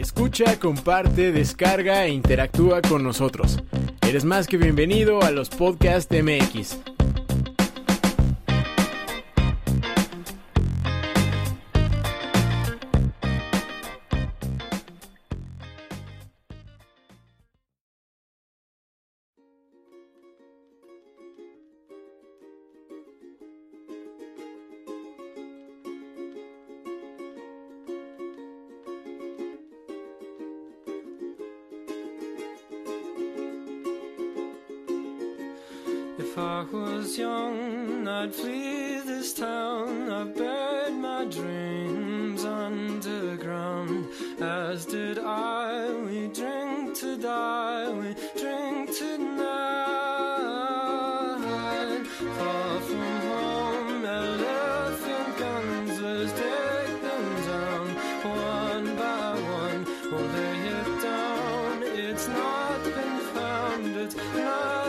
Escucha, comparte, descarga e interactúa con nosotros. Eres más que bienvenido a los Podcast MX. If I was young, I'd flee this town. I've buried my dreams underground. As did I, we drink to die, we drink tonight. Far from home, elephant guns, let's take them down. One by one, we'll lay it down. It's not been found, it's not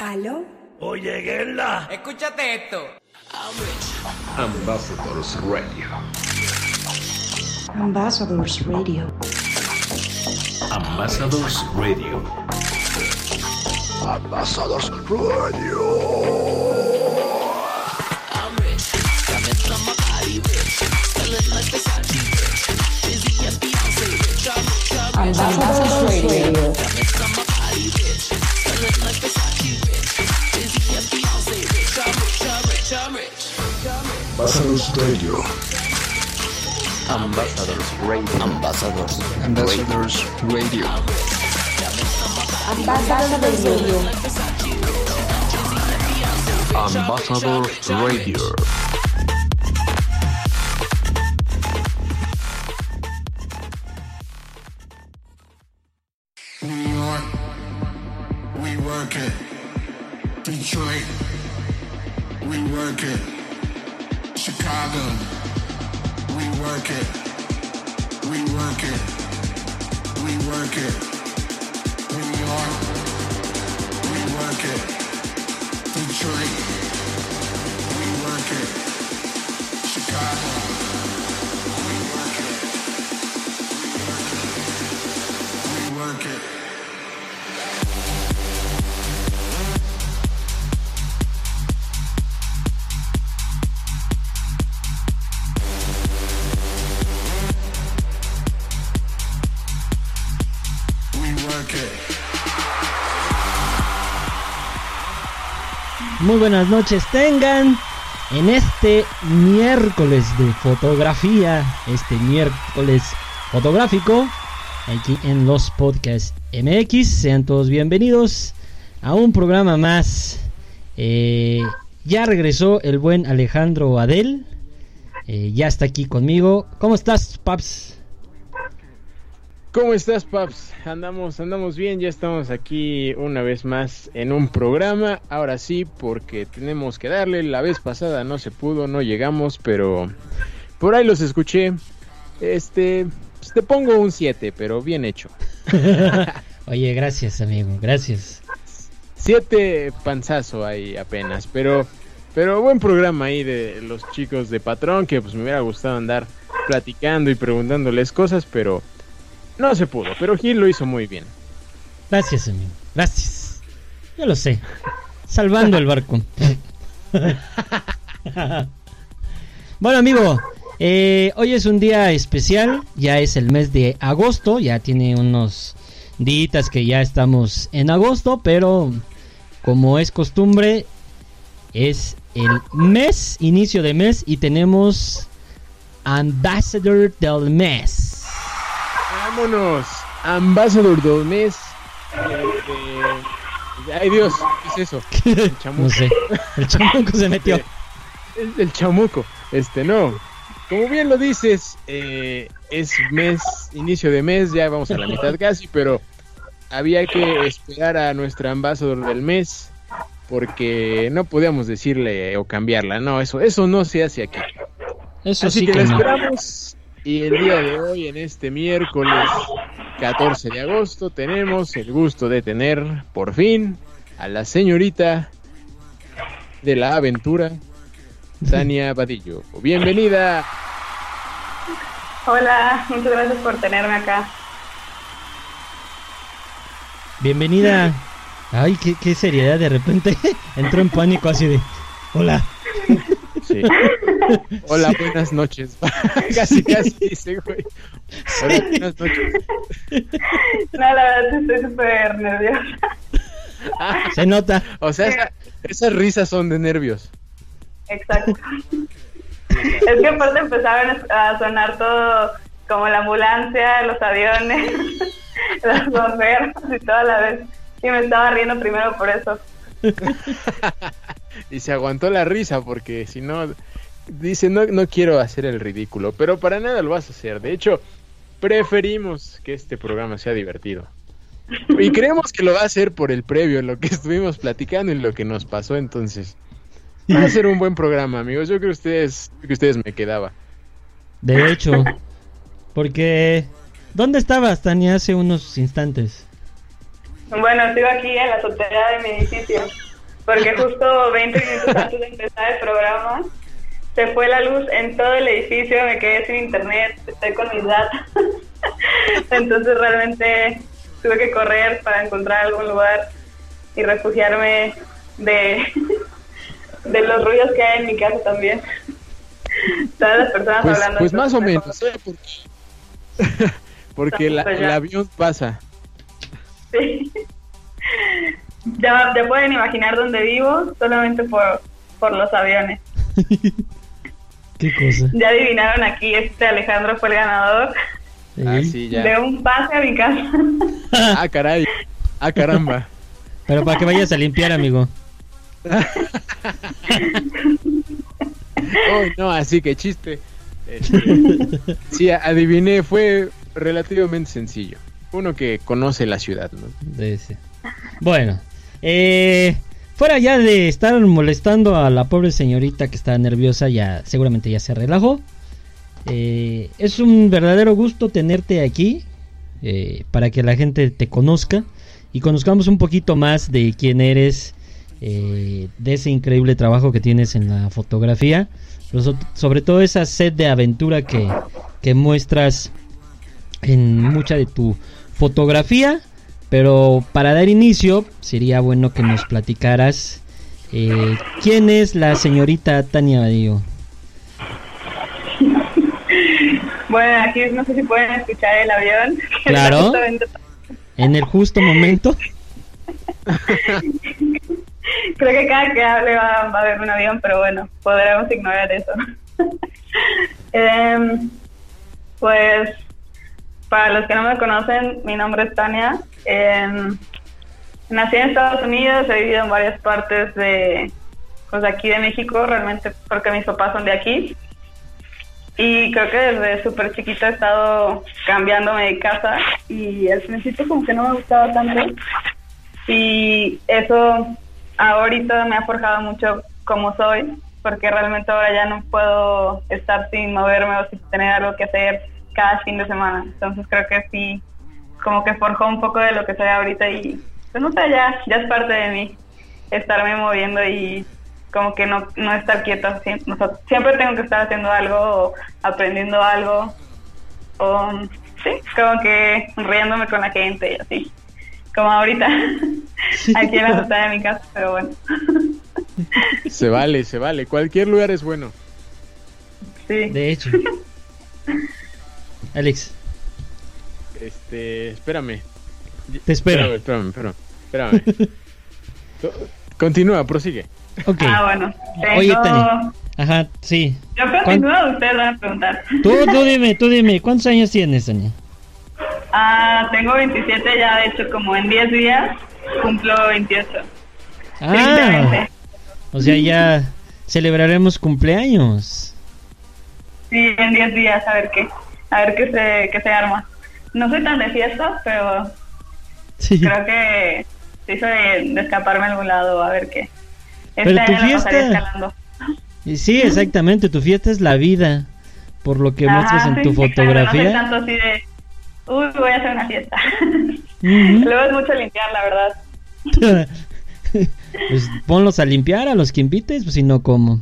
¿Aló? Oye, Guerla. Escúchate esto. Ambassadors Radio. Ambassadors Radio. Ambassadors Radio. Ambassadors Radio. Ambassadors Radio. Ambassadors Radio. Ambassadors Radio. Ambassadors Radio. Ambassadors Radio. Ambassadors Radio. New York, we work it. Detroit, we work it. Chicago, we work it. We work it. We work it. New York, we work it. Detroit, we work it. Chicago, we work it. We work it. Muy buenas noches tengan en este miércoles de fotografía, este miércoles fotográfico, aquí en los Podcasts MX. Sean todos bienvenidos a un programa más. Ya regresó el buen Alejandro Adel, ya está aquí conmigo. ¿Cómo estás, Paps? ¿Cómo estás, Paps? Andamos bien, ya estamos aquí una vez más en un programa. Ahora sí, porque tenemos que darle. La vez pasada no se pudo, no llegamos, pero por ahí los escuché. Pues te pongo un 7, pero bien hecho. Oye, gracias, amigo, gracias. 7 panzazo ahí apenas, pero buen programa ahí de los chicos de Patrón, que pues me hubiera gustado andar platicando y preguntándoles cosas, pero no se pudo, pero Gil lo hizo muy bien. Gracias, amigo, gracias. Yo lo sé. Salvando el barco. Bueno, amigo, hoy es un día especial. Ya es el mes de agosto. Ya tiene unos días que ya estamos en agosto, pero como es costumbre, es el mes, inicio de mes, y tenemos Ambassador del Mes. Vámonos, Ambassador del Mes. Ay Dios, ¿qué es eso? El chamuco. No sé, el chamuco se metió. El chamuco, no. Como bien lo dices, es mes, inicio de mes, ya vamos a la mitad casi, pero había que esperar a nuestra Ambassador del Mes, porque no podíamos decirle o cambiarla, no, eso no se hace aquí. Eso así sí que la no. Esperamos. Y el día de hoy, en este miércoles 14 de agosto, tenemos el gusto de tener, por fin, a la señorita de la aventura, Tania Vadillo. Bienvenida. Hola, muchas gracias por tenerme acá. Bienvenida. Ay, qué seriedad, de repente entró en pánico así de, hola. Sí. Hola, buenas noches. casi dice, güey. Hola, buenas noches. No, la verdad estoy súper nerviosa. Se nota. O sea, esas risas son de nervios. Exacto. Es que aparte empezaron a sonar todo, como la ambulancia, los aviones, los bomberos y toda la vez. Y me estaba riendo primero por eso. Y se aguantó la risa porque si no, dice, no quiero hacer el ridículo, pero para nada lo vas a hacer. De hecho, preferimos que este programa sea divertido. Y creemos que lo va a hacer por el previo, lo que estuvimos platicando y lo que nos pasó. Entonces, va a ser un buen programa, amigos. Yo creo que ustedes me quedaba. De hecho, porque ¿dónde estabas, Tania, hace unos instantes? Bueno, estoy aquí en la azotea de mi edificio. porque justo 20 minutos antes de empezar el programa se fue la luz en todo el edificio, me quedé sin internet, estoy con mis datos. Entonces realmente tuve que correr para encontrar algún lugar y refugiarme de los ruidos que hay en mi casa también. Todas las personas hablando. Pues más o menos, porque el avión pasa. Sí. Ya pueden imaginar dónde vivo, solamente por los aviones. ¿Qué cosa? Ya adivinaron aquí, Alejandro fue el ganador. Sí, ya. De un pase a mi casa. Ah, caray. Ah, caramba. Pero para que vayas a limpiar, amigo. Oh, no, así que chiste. Sí, adiviné, fue relativamente sencillo. Uno que conoce la ciudad, ¿no? Sí. Bueno, fuera ya de estar molestando a la pobre señorita que está nerviosa, ya seguramente ya se relajó. Es un verdadero gusto tenerte aquí, para que la gente te conozca y conozcamos un poquito más de quién eres, de ese increíble trabajo que tienes en la fotografía, pero sobre todo esa sed de aventura que muestras en mucha de tu fotografía. Pero para dar inicio sería bueno que nos platicaras quién es la señorita Tania Vadillo. Bueno, aquí no sé si pueden escuchar el avión. Claro, en el justo momento. Creo que cada que hable va a haber un avión, pero bueno, podremos ignorar eso. Pues, para los que no me conocen, mi nombre es Tania. Nací en Estados Unidos, he vivido en varias partes de aquí de México, realmente porque mis papás son de aquí. Y creo que desde súper chiquita he estado cambiándome de casa y al principio como que no me gustaba tanto. Y eso ahorita me ha forjado mucho como soy, porque realmente ahora ya no puedo estar sin moverme o sin tener algo que hacer cada fin de semana. Entonces creo que sí, como que forjó un poco de lo que soy ahorita y pues no sé, ya es parte de mí estarme moviendo y como que no estar quieta. Siempre tengo que estar haciendo algo o aprendiendo algo o sí, como que riéndome con la gente y así, como ahorita aquí en la sala de mi casa, pero bueno. Se vale, cualquier lugar es bueno. Sí. De hecho. Alex. Espérame. Te espero. Espérame. Continúa, prosigue. Okay. Bueno. Oye, Tania. Ajá, sí. Yo continúo, ustedes van a preguntar. Tú dime, ¿cuántos años tienes, Tania? Tengo 27 ya, de hecho, como en 10 días cumplo 28. O sea, ya celebraremos cumpleaños. Sí, en 10 días, a ver qué se arma. No soy tan de fiesta, pero sí. Creo que sí soy de escaparme a algún lado, a ver qué. Pero tu fiesta... Sí, exactamente, tu fiesta es la vida, por lo que muestras en tu fotografía. No soy tanto así de, voy a hacer una fiesta. Luego es mucho limpiar, la verdad. Pues ponlos a limpiar a los que invites, pues si no, ¿cómo?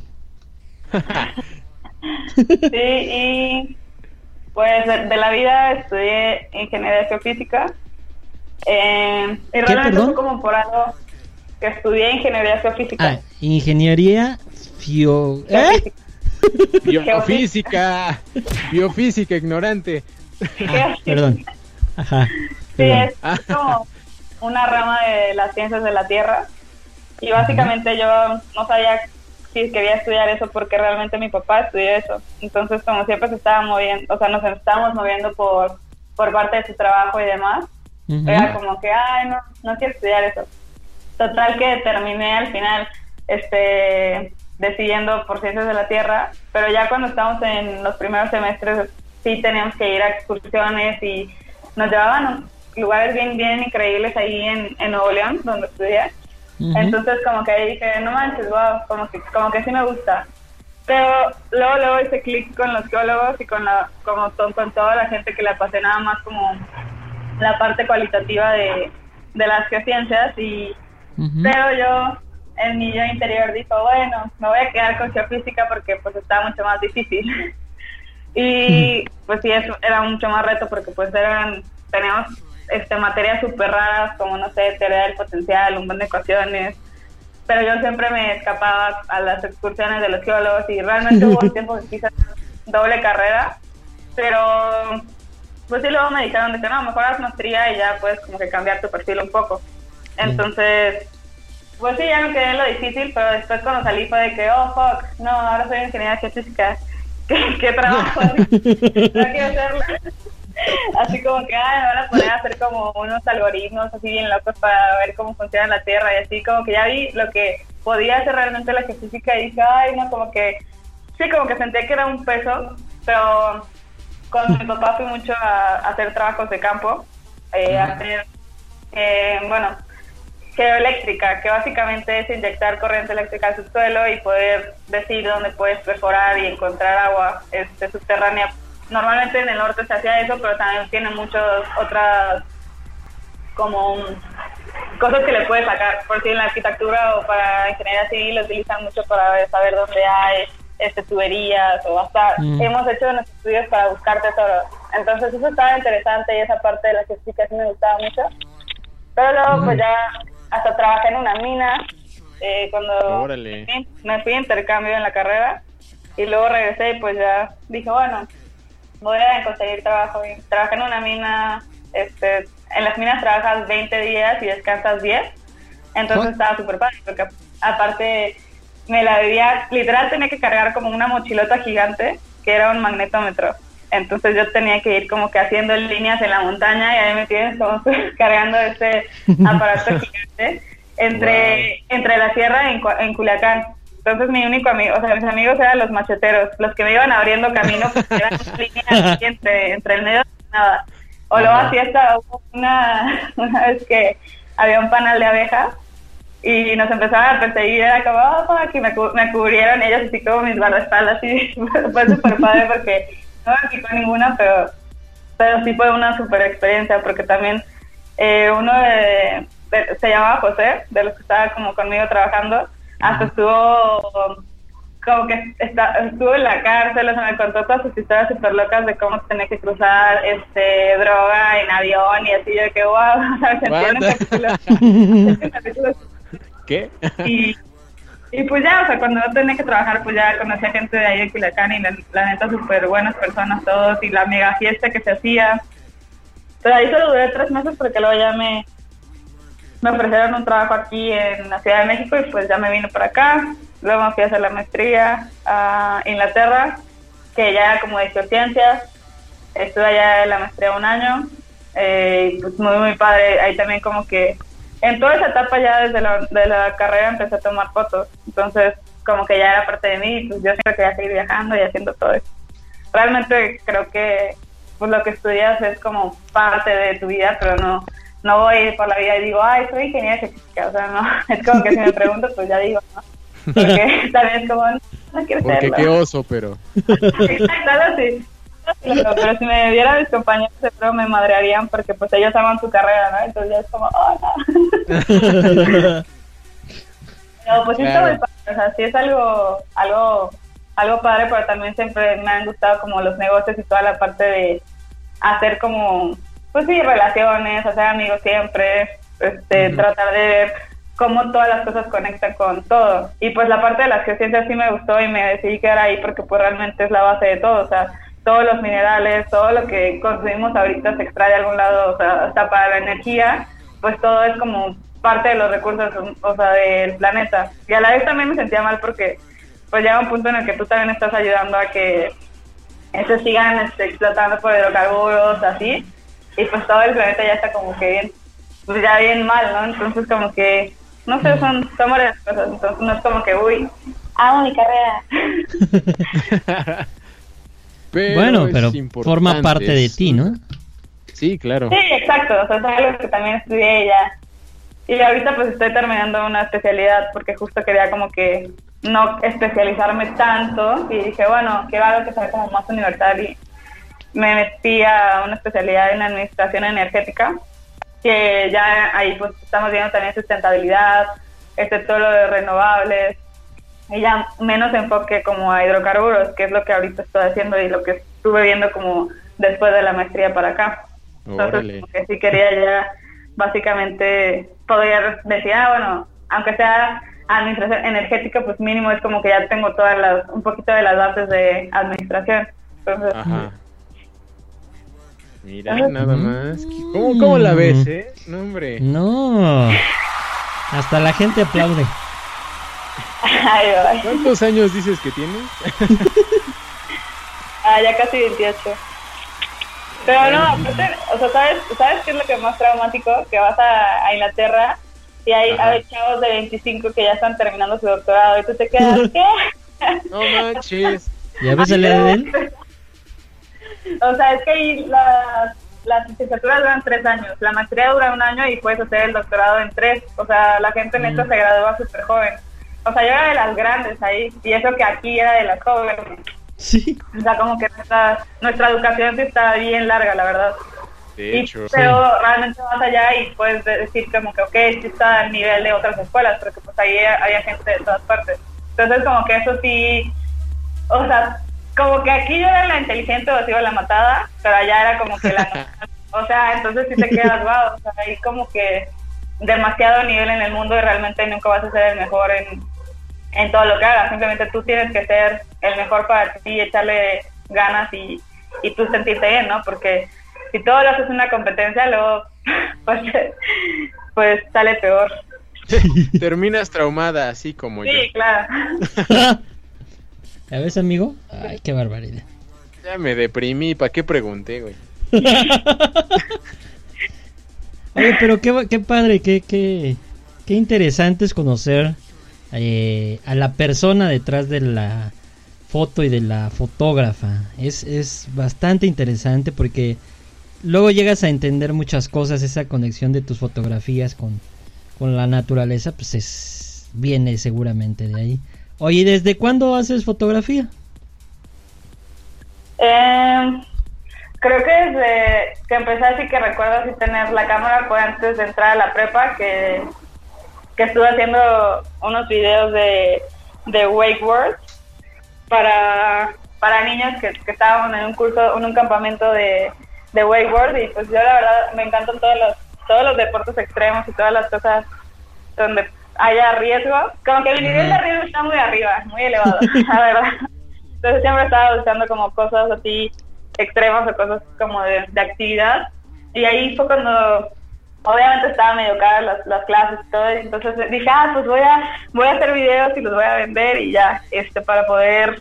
Sí, y pues de la vida estudié ingeniería geofísica. Y realmente fue como por algo que estudié ingeniería geofísica. Ingeniería biofísica, ignorante. Perdón. Ajá. Sí, es como una rama de las ciencias de la Tierra. Y básicamente yo no sabía si quería estudiar eso porque realmente mi papá estudió eso. Entonces, como siempre se estaba moviendo, o sea, nos estábamos moviendo por parte de su trabajo y demás. Era como que, no quiero estudiar eso. Total que terminé al final decidiendo por ciencias de la Tierra, pero ya cuando estábamos en los primeros semestres sí teníamos que ir a excursiones y nos llevaban a lugares bien increíbles ahí en Nuevo León, donde estudié. Entonces como que ahí dije, no manches, wow, como que sí me gusta. Pero luego hice clic con los geólogos y con toda la gente que le apasionaba más como la parte cualitativa de las geociencias pero yo en mi yo interior dijo, bueno, me voy a quedar con geofísica porque pues estaba mucho más difícil. Y pues sí, eso era mucho más reto porque pues teníamos materias súper raras como, no sé, teoría del potencial, un montón de ecuaciones, pero yo siempre me escapaba a las excursiones de los geólogos y realmente hubo un tiempo que quise hacer doble carrera, pero pues sí, luego me dijeron de que no, mejor haz maestría y ya puedes como que cambiar tu perfil un poco. Entonces, pues sí, ya me quedé en lo difícil, pero después cuando salí fue de que, oh, fuck, no, ahora soy ingeniera geofísica, ¿qué trabajo? No quiero hacerlo. Así como que, me van a poner a hacer como unos algoritmos así bien locos para ver cómo funciona la Tierra y así, como que ya vi lo que podía hacer realmente la geofísica y dije, ay, no, como que, sí, como que sentía que era un peso, pero con mi papá fui mucho a hacer trabajos de campo, a hacer, geoeléctrica, que básicamente es inyectar corriente eléctrica al subsuelo y poder decir dónde puedes perforar y encontrar agua subterránea. Normalmente en el norte se hacía eso, pero también tiene muchas otras como cosas que le puedes sacar. Por si en la arquitectura o para ingeniería civil lo utilizan mucho para saber dónde hay tuberías o hasta hemos hecho unos estudios para buscar tesoros. Entonces eso estaba interesante y esa parte de la geofísica sí me gustaba mucho. Pero luego pues ya hasta trabajé en una mina cuando me fui a intercambio en la carrera y luego regresé y pues ya dije, bueno, voy a conseguir trabajo. Y trabajé en una mina, en las minas trabajas 20 días y descansas 10, entonces estaba súper padre, porque aparte me la vivía, literal tenía que cargar como una mochilota gigante, que era un magnetómetro, entonces yo tenía que ir como que haciendo líneas en la montaña y ahí me tienes como cargando ese aparato gigante entre la sierra en Culiacán. Entonces mi único amigo, o sea, mis amigos eran los macheteros, los que me iban abriendo camino, porque eran líneas entre el medio de nada. O luego hacía hasta una vez que había un panal de abejas y nos empezaban a perseguir, era como, y me cubrieron ellos así como mis guardaespaldas y fue súper padre porque no me picó ninguna, pero sí fue una súper experiencia porque también uno se llamaba José, de los que estaba como conmigo trabajando, hasta estuvo como que estuvo en la cárcel, o sea, me contó todas sus historias súper locas de cómo tenía que cruzar droga en avión y así, yo que wow, ¿sabes? Sentí un capítulo. ¿Qué? Y pues ya, o sea, cuando no tenía que trabajar, pues ya conocí a gente de ahí de Culiacán y la neta súper buenas personas todos y la mega fiesta que se hacía. Pero ahí solo duré 3 meses porque luego ya me ofrecieron un trabajo aquí en la Ciudad de México y pues ya me vine para acá. Luego me fui a hacer la maestría a Inglaterra, que ya era como de geociencias. Estuve allá en la maestría 1 año, pues muy, muy padre. Ahí también como que en toda esa etapa ya desde la carrera empecé a tomar fotos. Entonces como que ya era parte de mí y pues yo siempre quería seguir viajando y haciendo todo eso. Realmente creo que pues lo que estudias es como parte de tu vida, pero no voy por la vida y digo, ay, soy ingeniera geofísica, o sea, no, es como que si me pregunto, pues ya digo, ¿no? Porque también es como, no quiero porque serlo. qué oso, pero... Exacto, sí. Pero si me vieran mis compañeros, seguro me madrearían porque pues ellos aman su carrera, ¿no? Entonces ya es como, oh, no. Pero pues sí está muy padre, o sea, sí es algo padre, pero también siempre me han gustado como los negocios y toda la parte de hacer como... Pues sí, relaciones, hacer amigos siempre, tratar de ver cómo todas las cosas conectan con todo. Y pues la parte de las geociencias sí me gustó y me decidí quedar ahí porque pues realmente es la base de todo, o sea, todos los minerales, todo lo que consumimos ahorita se extrae de algún lado, o sea, hasta para la energía, pues todo es como parte de los recursos, o sea, del planeta. Y a la vez también me sentía mal porque pues llega un punto en el que tú también estás ayudando a que se sigan explotando por hidrocarburos, así. Y pues todo el planeta ya está como que bien, pues ya bien mal, ¿no? Entonces como que, no sé, son varias cosas, entonces no es como que, uy, amo mi carrera. pero forma parte de ti, ¿no? Sí, claro. Sí, exacto, o sea, es algo que también estudié ya. Y ahorita pues estoy terminando una especialidad porque justo quería como que no especializarme tanto y dije, bueno, quiero algo que sea como más universal y me metí a una especialidad en administración energética, que ya ahí pues estamos viendo también sustentabilidad, todo lo de renovables, y ya menos enfoque como a hidrocarburos, que es lo que ahorita estoy haciendo y lo que estuve viendo como después de la maestría para acá. Entonces, como que sí quería ya básicamente poder decir, bueno, aunque sea administración energética, pues mínimo es como que ya tengo un poquito de las bases de administración. Entonces, Ajá. Mira, nada más. ¿Cómo la ves, No, hombre. No. Hasta la gente aplaude. ay. ¿Cuántos años dices que tienes? Ya casi 28. Pero no, aparte, o sea, ¿sabes qué es lo que es más traumático? Que vas a Inglaterra y hay chavos de 25 que ya están terminando su doctorado y tú te quedas, ¿qué? No manches. ¿Ya ves el de él? O sea, es que ahí las licenciaturas duran 3 años, la maestría dura 1 año y puedes hacer el doctorado en 3. O sea, la gente neta se gradúa súper joven. O sea, yo era de las grandes ahí, y eso que aquí era de las jóvenes. Sí. O sea, como que nuestra educación sí está bien larga, la verdad. De hecho. Pero realmente vas allá y puedes decir como que, ok, sí está al nivel de otras escuelas, porque pues ahí había gente de todas partes. Entonces, como que eso sí, o sea, como que aquí yo era la inteligente o iba la matada, pero allá era como que la... o sea, entonces sí te quedas, wow, o sea, hay como que demasiado nivel en el mundo y realmente nunca vas a ser el mejor en todo lo que hagas. Simplemente tú tienes que ser el mejor para ti, echarle ganas y tú sentirte bien, ¿no? Porque si todo lo haces una competencia, luego pues sale peor. Terminas traumada, así como yo. Sí, claro. ¿Ya ves, amigo? Ay, qué barbaridad. Ya me deprimí, ¿para qué pregunté, güey? Oye, pero qué padre, qué interesante es conocer a la persona detrás de la foto y de la fotógrafa. Es bastante interesante porque luego llegas a entender muchas cosas. Esa conexión de tus fotografías con la naturaleza, pues viene seguramente de ahí. Oye, ¿desde cuándo haces fotografía? Creo que desde que empecé, así que recuerdo así tener la cámara fue antes de entrar a la prepa, que estuve haciendo unos videos de wakeboard para niños que estaban en un curso, en un campamento de wakeboard, y pues yo la verdad me encantan todos los deportes extremos y todas las cosas donde haya riesgo. Como que mi nivel de riesgo está muy arriba, muy elevado, la verdad. Entonces siempre estaba buscando como cosas así extremas o cosas como de actividad, y ahí fue cuando obviamente estaba medio cara las clases y todo, y entonces dije, pues voy a hacer videos y los voy a vender y ya, para poder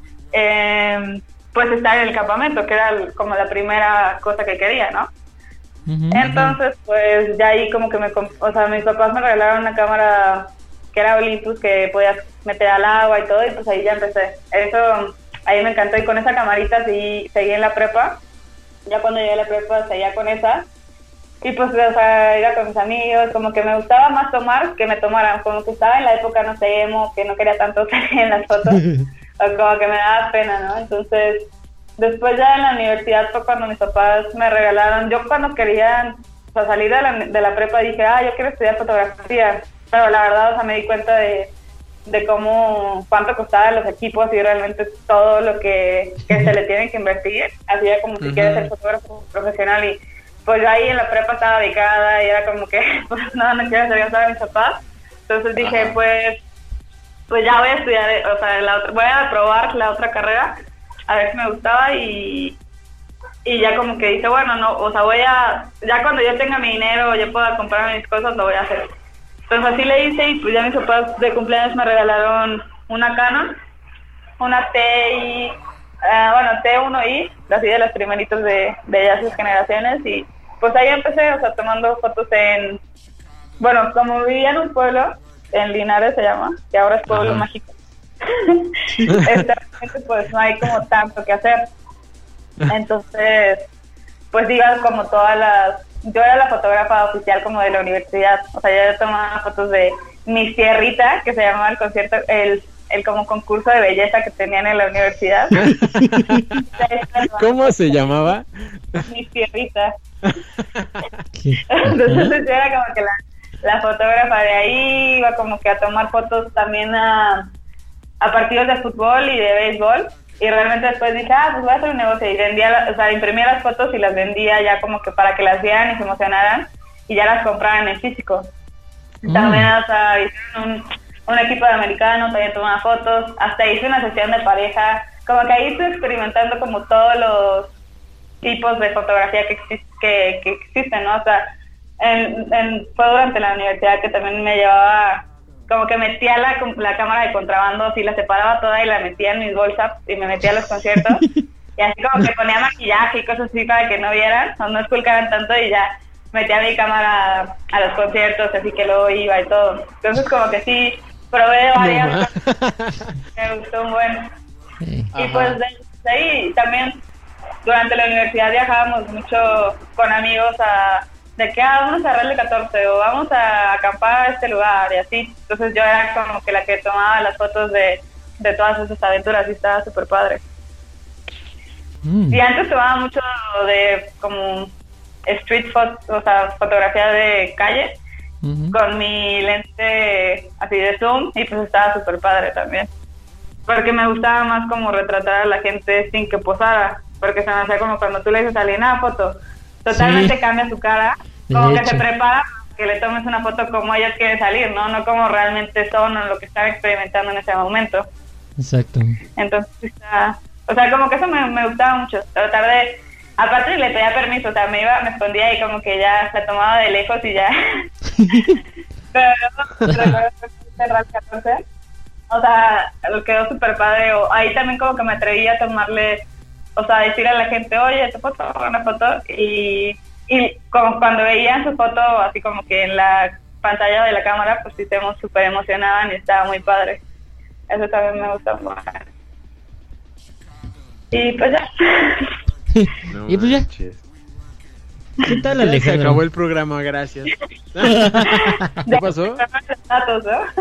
pues estar en el campamento, que era como la primera cosa que quería, ¿no? Entonces pues ya ahí como que mis papás me regalaron una cámara que era Olympus, que podías meter al agua y todo, y pues ahí ya empecé. Eso ahí me encantó, y con esa camarita seguí en la prepa. Ya cuando llegué a la prepa seguía con esa, y pues, o sea, iba con mis amigos, como que me gustaba más tomar que me tomaran, como que estaba en la época, no sé, emo, que no quería tanto salir en las fotos, o como que me daba pena, ¿no? Entonces, después ya en la universidad fue cuando mis papás me regalaron, yo cuando quería, o sea, salir de la prepa dije, yo quiero estudiar fotografía, pero la verdad, o sea, me di cuenta de cuánto costaban los equipos y realmente todo lo que se le tiene que invertir, así ya como si quieres ser fotógrafo profesional. Y pues yo ahí en la prepa estaba dedicada y era como que pues no quiero hacer caso a mis papás. Entonces dije, pues ya voy a estudiar, o sea, voy a probar la otra carrera a ver si me gustaba, y ya como que dije, bueno, no, o sea, ya cuando yo tenga mi dinero, yo pueda comprarme mis cosas, lo voy a hacer. Entonces así le hice, y pues ya mis papás de cumpleaños me regalaron una Canon, una T1i, así de los primeritos de ya sus generaciones, y pues ahí empecé, o sea, tomando fotos como vivía en un pueblo, en Linares se llama, que ahora es Pueblo Mágico. Pues no hay como tanto que hacer. Entonces, pues iba como yo era la fotógrafa oficial como de la universidad, o sea, yo tomaba fotos de mi tierrita, que se llamaba el concierto, el como concurso de belleza que tenían en la universidad. ¿Cómo se llamaba? Mi tierrita. Entonces era como que la fotógrafa de ahí, iba como que a tomar fotos también a partidos de fútbol y de béisbol, y realmente después dije, pues voy a hacer un negocio, y vendía, o sea, imprimía las fotos y las vendía ya como que para que las vieran y se emocionaran, y ya las compraran en físico. También, o sea, hice un equipo de americanos, también tomaba fotos, hasta hice una sesión de pareja, como que ahí estoy experimentando como todos los tipos de fotografía que existen, ¿no? O sea, fue durante la universidad que también me llevaba, como que metía la cámara de contrabando, así la separaba toda y la metía en mis bolsas y me metía a los conciertos, y así como que ponía maquillaje y cosas así para que no vieran, o no esculcaran tanto, y ya metía mi cámara a los conciertos, así que luego iba y todo. Entonces como que sí, probé varias cosas, me gustó un buen. Sí. Y pues de ahí también durante la universidad viajábamos mucho con amigos de que vamos a Real de 14 o vamos a acampar a este lugar y así. Entonces yo era como que la que tomaba las fotos de todas esas aventuras y estaba súper padre. Y antes tomaba mucho de como street photo, o sea, fotografía de calle, con mi lente así de zoom, y pues estaba súper padre también. Porque me gustaba más como retratar a la gente sin que posara, porque se me hacía como cuando tú le dices a alguien, foto, totalmente cambia su cara, como que se prepara para que le tomes una foto como ellos quieren salir, ¿no? No como realmente son o lo que están experimentando en ese momento. Exacto. Entonces, o sea, como que eso me gustaba mucho, tratar de, aparte le pedía permiso, o sea, me escondía y como que ya la tomaba de lejos y ya. Pero recuerdo que el RAL 14, o sea, quedó súper padre, o ahí también como que me atreví a tomarle, o sea, decir a la gente, oye, ¿te puedo tomar una foto? Y como cuando veían su foto así como que en la pantalla de la cámara, pues sí se súper emocionaban y estaba muy padre. Eso también me gustó mucho. Y pues ya. No y pues ya. manches. ¿Qué tal, Ya Alejandro? se acabó el programa, gracias. ¿Qué pasó? Datos, ¿no?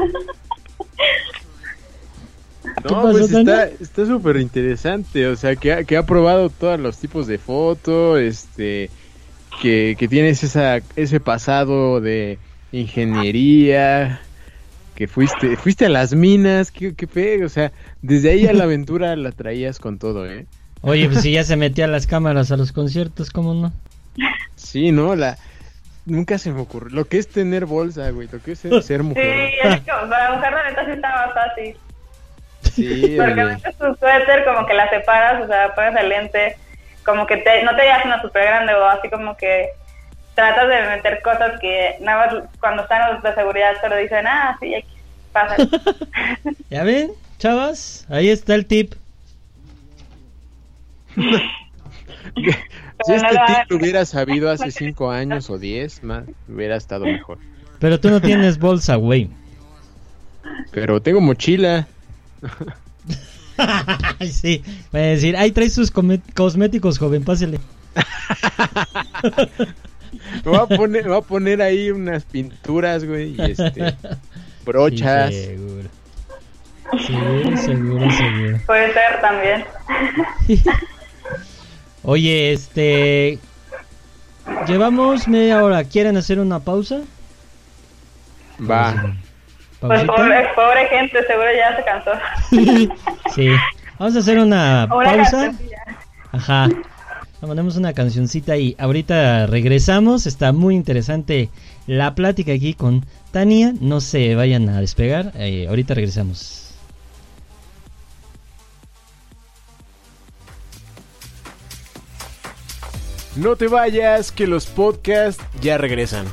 No, pasó, pues Tania? está súper interesante, o sea, que ha probado todos los tipos de foto, que tienes ese pasado de ingeniería, que fuiste a las minas, qué feo, o sea, desde ahí a la aventura la traías con todo, ¿eh? Oye, pues si ya se metía las cámaras a los conciertos, ¿cómo no? Sí, ¿no? Nunca se me ocurrió, lo que es tener bolsa, güey, lo que es ser mujer. Sí, es que para mujer la neta sí está más fácil. Sí, Porque oye. metes tu suéter, como que la separas, o sea, pones el lente, como que no te llevas una súper grande, o así como que tratas de meter cosas que nada más cuando están los de seguridad solo dicen, sí, aquí pasa. ¿Ya ven, chavas? Ahí está el tip. Si este tip lo hubiera sabido hace 5 años o 10, más hubiera estado mejor. Pero tú no tienes bolsa, güey. Pero tengo mochila. Ay, sí, voy a decir, ahí trae sus cosméticos, joven, pásele. Me voy a poner ahí unas pinturas, güey, y brochas. Sí, seguro. Seguro. Puede ser también. Oye, llevamos media hora. ¿Quieren hacer una pausa? Va. Pues pobre gente, seguro ya se cansó. Sí, vamos a hacer una pausa. Cancioncilla. Ajá. Ponemos una cancioncita y ahorita regresamos. Está muy interesante la plática aquí con Tania. No se vayan a despegar. Ahorita regresamos. No te vayas, que los podcasts ya regresan.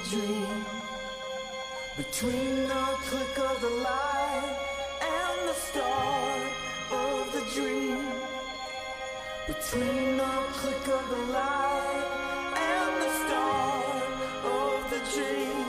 dream. Between the click of the light and the start of the dream. Between the click of the light and the start of the dream.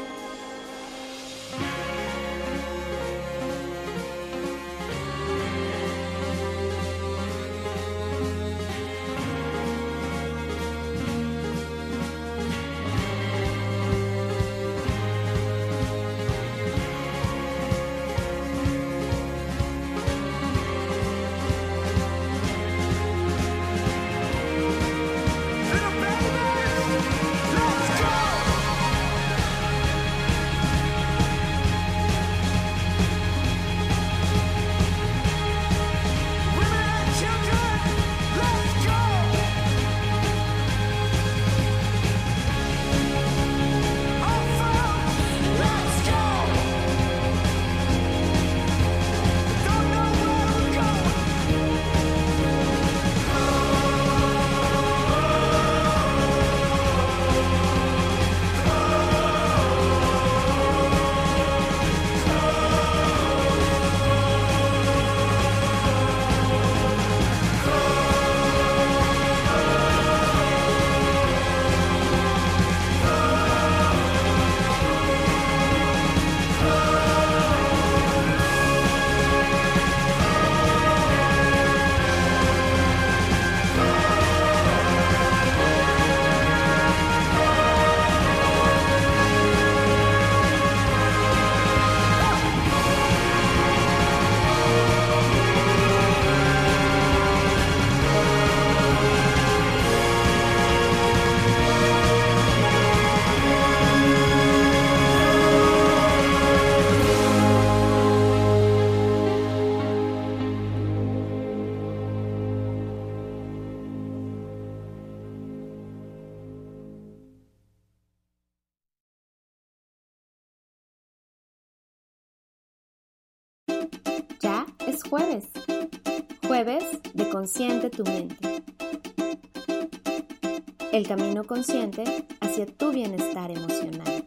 Ya es jueves. Jueves de Consciente tu mente. El camino consciente hacia tu bienestar emocional.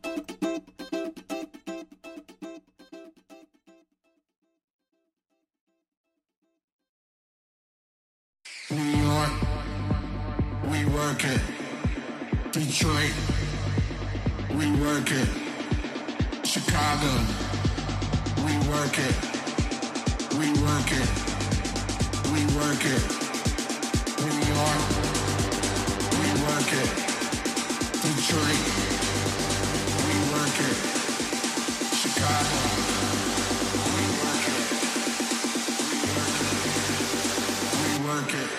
New York, we work it. Detroit, we work it. Chicago, we work it. We work it. We work it. New York, we work it. Detroit, we work it. Chicago, we work it. We work it.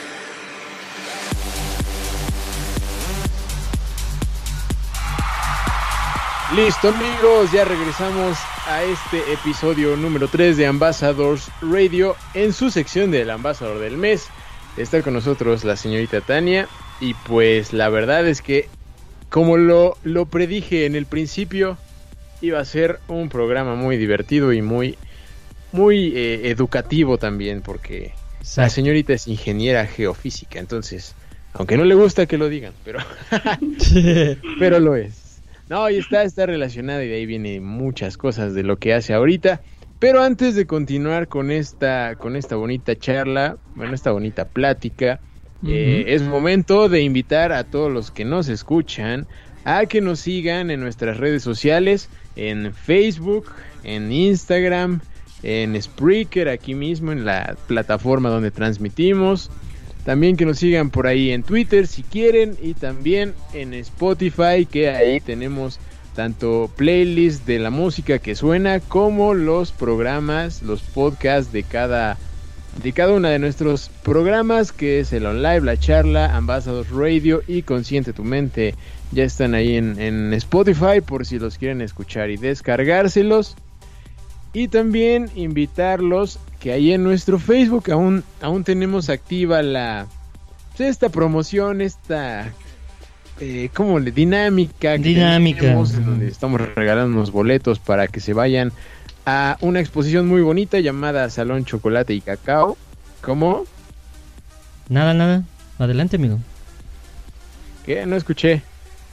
Listo, amigos, ya regresamos a este episodio número 3 de Ambassadors Radio en su sección del Ambassador del Mes. Está con nosotros la señorita Tania y pues la verdad es que como lo predije en el principio, iba a ser un programa muy divertido y muy educativo también, porque la señorita es ingeniera geofísica, entonces, aunque no le gusta que lo digan, pero lo es. No, y está relacionada y de ahí viene muchas cosas de lo que hace ahorita. Pero antes de continuar con esta bonita charla, bueno, esta bonita plática, es momento de invitar a todos los que nos escuchan a que nos sigan en nuestras redes sociales, en Facebook, en Instagram, en Spreaker, aquí mismo en la plataforma donde transmitimos. También que nos sigan por ahí en Twitter si quieren, y también en Spotify, que ahí tenemos tanto playlists de la música que suena como los programas, los podcasts de cada uno de nuestros programas, que es el On Live, la charla, Ambassadors Radio y Consciente tu mente. Ya están ahí en Spotify por si los quieren escuchar y descargárselos. Y también invitarlos que ahí en nuestro Facebook aún tenemos activa esta promoción, esta dinámica tenemos, en donde estamos regalando unos boletos para que se vayan a una exposición muy bonita llamada Salón Chocolate y Cacao. ¿Cómo? Nada, adelante, amigo. ¿Qué? No escuché.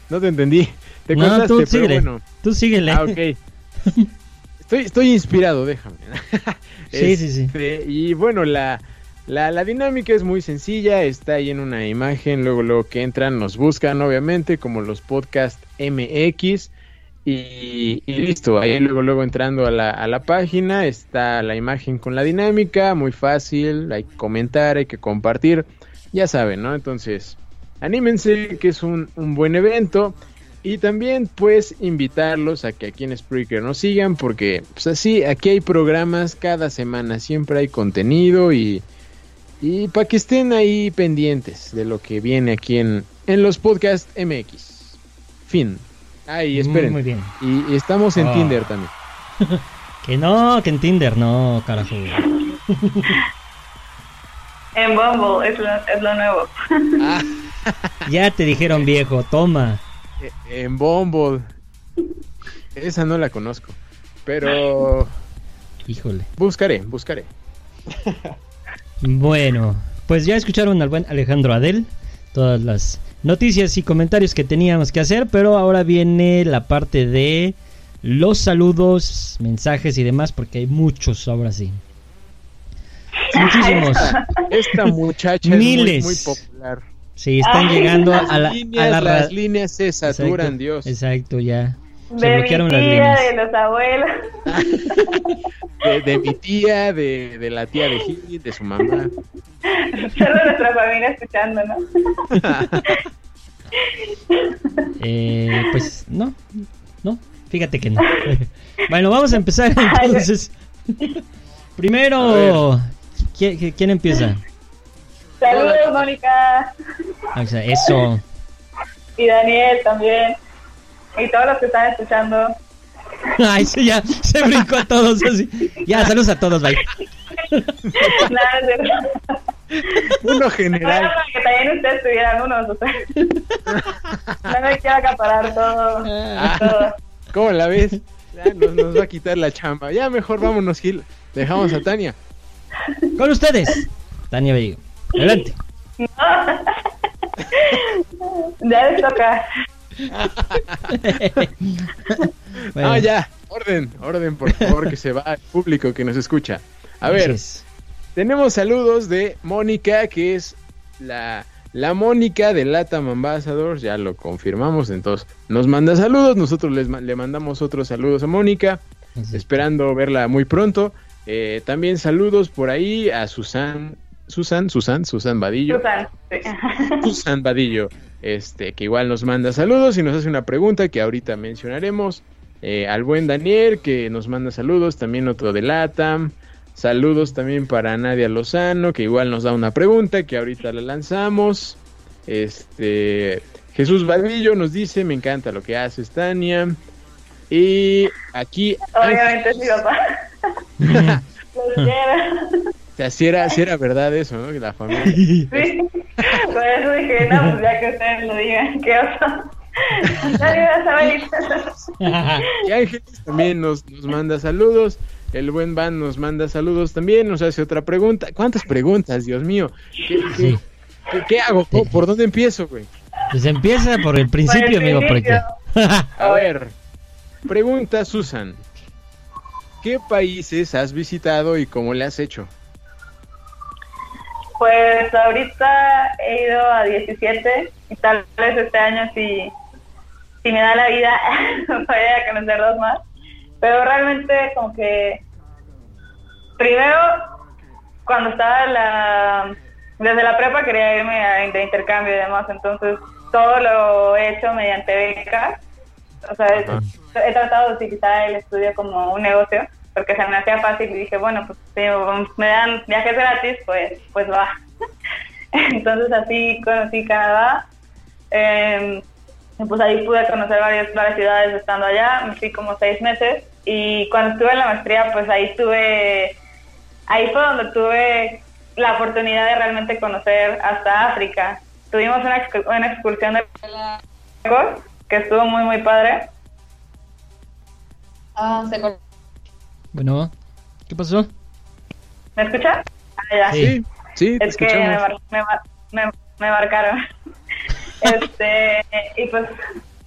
No te entendí. Te No, cortaste, tú pero síguele. bueno. Tú síguele. Ah, ok. Estoy inspirado, déjame. Sí. Y bueno, la dinámica es muy sencilla, está ahí en una imagen, luego que entran nos buscan, obviamente, como los podcast MX, y listo, ahí luego entrando a la página, está la imagen con la dinámica, muy fácil, hay que comentar, hay que compartir, ya saben, ¿no? Entonces, anímense, que es un buen evento. Y también pues invitarlos a que aquí en Spreaker nos sigan, porque pues así, aquí hay programas cada semana, siempre hay contenido y para que estén ahí pendientes de lo que viene aquí en los Podcast MX. Fin. Ay, esperen. Muy bien. Y estamos en Tinder también. Que en Tinder no, carajo. En Bumble es lo nuevo. Ya te dijeron, viejo, toma. En Bumble. Esa no la conozco. Pero... Híjole. Buscaré. Bueno, pues ya escucharon al buen Alejandro Adel. Todas las noticias y comentarios que teníamos que hacer. Pero ahora viene la parte de los saludos, mensajes y demás. Porque hay muchos ahora sí. Muchísimos. Esta muchacha Miles. es muy popular. Sí, están llegando las líneas se saturan, exacto, Dios. Exacto, ya. Se De mi bloquearon las tía, líneas. de los abuelos. De mi tía, de la tía de Gil, de su mamá. Solo nuestra familia escuchando, ¿no? Pues no, fíjate que no. Bueno, vamos a empezar entonces. Primero, ¿quién empieza? Saludos, Mónica. O sea, eso. Y Daniel también. Y todos los que están escuchando. Ay, sí, ya se brincó a todos así. Ya, saludos a todos, bye. Nada, es verdad. Uno general. Bueno, para que también ustedes tuvieran unos, o sea. No me quiero acaparar todo. ¿Cómo la ves? Ya nos va a quitar la chamba. Ya mejor vámonos, Gil. Dejamos a Tania. Con ustedes, Tania Belligo. Adelante. No. Ya les toca. Bueno. No, ya. Orden, por favor, que se va el público que nos escucha. A ver, tenemos saludos de Mónica, que es la Mónica de LATAM Ambassadors, ya lo confirmamos, entonces nos manda saludos, nosotros le mandamos otros saludos a Mónica, esperando verla muy pronto. También saludos por ahí a Susan Vadillo. Susan Vadillo, que igual nos manda saludos y nos hace una pregunta que ahorita mencionaremos. Al buen Daniel, que nos manda saludos, también otro de LATAM. Saludos también para Nadia Lozano, que igual nos da una pregunta que ahorita la lanzamos. Jesús Vadillo nos dice, me encanta lo que haces, Tania. Y aquí... Obviamente sí, papá. Los quiero. O sea, si era verdad eso, ¿no? La familia. Sí, por eso dije, no, pues ya que ustedes lo digan, ¿qué oso? Y Ángeles también nos manda saludos. El buen Van nos manda saludos también. Nos hace otra pregunta. ¿Cuántas preguntas, Dios mío? ¿Qué hago? ¿Por dónde empiezo, güey? Pues empieza por el principio, amigo. Porque... A ver, pregunta Susan. ¿Qué países has visitado y cómo le has hecho? Pues ahorita he ido a 17 y tal vez este año si me da la vida voy a conocer 2 más, pero realmente como que primero cuando estaba desde la prepa quería irme de intercambio y demás, entonces todo lo he hecho mediante becas, o sea, he tratado de utilizar el estudio como un negocio porque se me hacía fácil y dije, bueno, pues si me dan viajes gratis, pues va. Entonces así conocí Canadá, pues ahí pude conocer varias ciudades estando allá, me fui como 6 meses y cuando estuve en la maestría, pues ahí fue donde tuve la oportunidad de realmente conocer hasta África. Tuvimos una excursión de que estuvo muy muy padre. Bueno, ¿qué pasó? ¿Me escuchas? Ya. Sí, te es que escuchamos. me marcaron. Y pues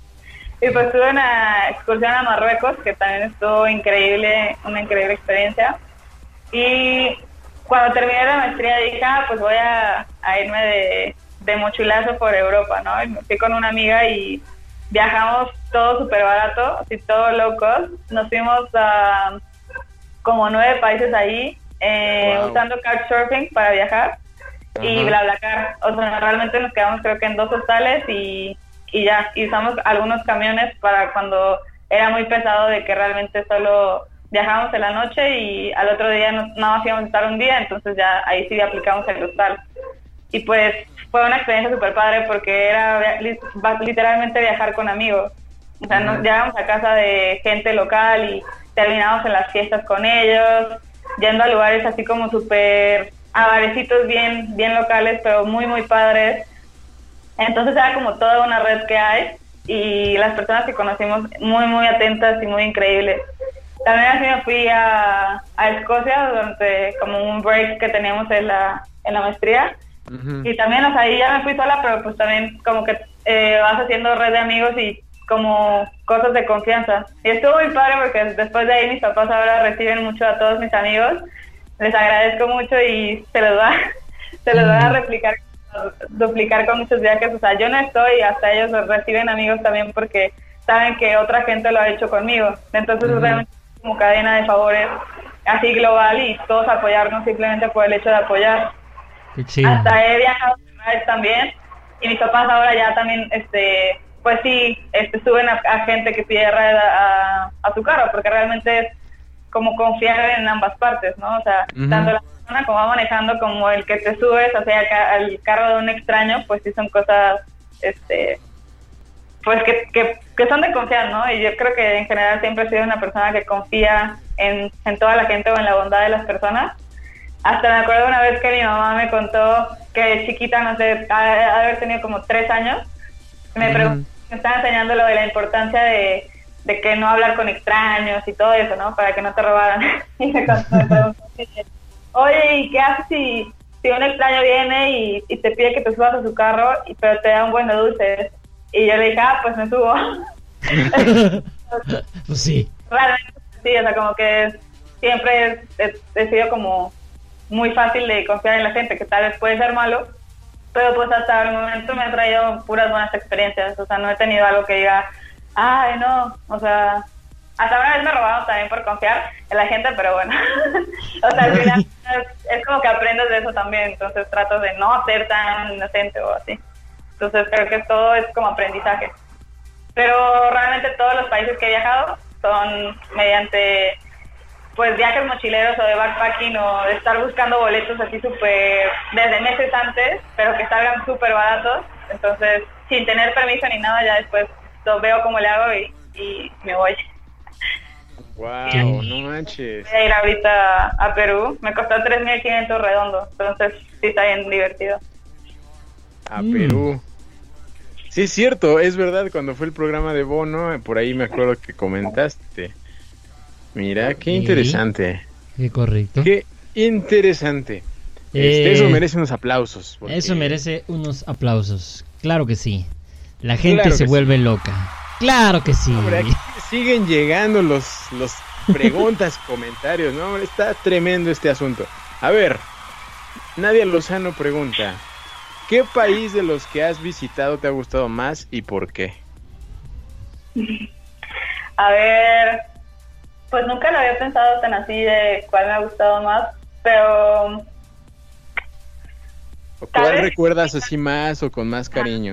Y pues tuve una excursión a Marruecos, que también estuvo increíble, una increíble experiencia. Y cuando terminé la maestría dije, pues voy a irme de mochilazo por Europa, ¿no? Y me fui con una amiga y viajamos todo súper barato, así todo low cost. Nos fuimos a como 9 países ahí, usando couchsurfing para viajar. Y BlaBlaCar. O sea, realmente nos quedamos creo que en 2 hostales y ya. Y usamos algunos camiones para cuando era muy pesado de que realmente solo viajábamos en la noche y al otro día nada más íbamos a estar un día, entonces ya ahí sí aplicamos el hostal. Y pues fue una experiencia súper padre porque era literalmente viajar con amigos. O sea, nos llegamos a casa de gente local y terminamos en las fiestas con ellos, yendo a lugares así como súper a barecitos bien locales, pero muy muy padres. Entonces era como toda una red que hay y las personas que conocimos muy muy atentas y muy increíbles. También así me fui a Escocia durante como un break que teníamos en la maestría. Y también, o sea, ahí ya me fui sola, pero pues también como que vas haciendo red de amigos y como cosas de confianza. Y estuvo muy padre porque después de ahí mis papás ahora reciben mucho a todos mis amigos. Les agradezco mucho y se los va a duplicar con muchos viajes. O sea, yo no estoy, hasta ellos los reciben amigos también porque saben que otra gente lo ha hecho conmigo. Entonces es realmente como cadena de favores así global y todos apoyarnos simplemente por el hecho de apoyar. Qué chido. Hasta he viajado también y mis papás ahora ya también pues sí, suben a gente que pide red a su carro, porque realmente es como confiar en ambas partes, ¿no? O sea, tanto la persona como va manejando como el que te subes hacia al carro de un extraño, pues sí son cosas, pues que son de confiar, ¿no? Y yo creo que en general siempre he sido una persona que confía en toda la gente o en la bondad de las personas. Hasta me acuerdo una vez que mi mamá me contó que de chiquita, no sé, haber tenido como 3 años, me estaba enseñando lo de la importancia de que no hablar con extraños y todo eso, ¿no? Para que no te robaran. Y me preguntó, oye, ¿y qué haces si un extraño viene y te pide que te subas a su carro, pero te da un buen de dulces? Y yo le dije, pues me subo. Pues sí. Realmente sí, o sea, como que siempre he sido como muy fácil de confiar en la gente, que tal vez puede ser malo, pero pues hasta el momento me ha traído puras buenas experiencias. O sea, no he tenido algo que diga, ay, no, o sea, hasta una vez me robaron también por confiar en la gente, pero bueno, o sea, al final es como que aprendes de eso también, entonces trato de no ser tan inocente o así. Entonces creo que todo es como aprendizaje. Pero realmente todos los países que he viajado son mediante pues viajes mochileros o de backpacking o de estar buscando boletos así súper desde meses antes, pero que salgan súper baratos. Entonces, sin tener permiso ni nada, ya después lo veo cómo le hago y me voy. Wow, no manches. Voy a ir ahorita a Perú. Me costó 3.500 redondo, entonces sí está bien divertido. A Perú. Sí, es cierto, es verdad, cuando fue el programa de Bono, por ahí me acuerdo que comentaste. Mira, qué interesante. Qué correcto. Qué interesante. Eso merece unos aplausos. Porque... Eso merece unos aplausos. Claro que sí. La gente se vuelve loca. Claro que sí. Hombre, aquí siguen llegando los preguntas, comentarios, ¿no? Hombre, está tremendo este asunto. A ver, Nadia Lozano pregunta, ¿qué país de los que has visitado te ha gustado más y por qué? A ver, pues nunca lo había pensado tan así de cuál me ha gustado más, pero... ¿Cuál recuerdas así más o con más cariño?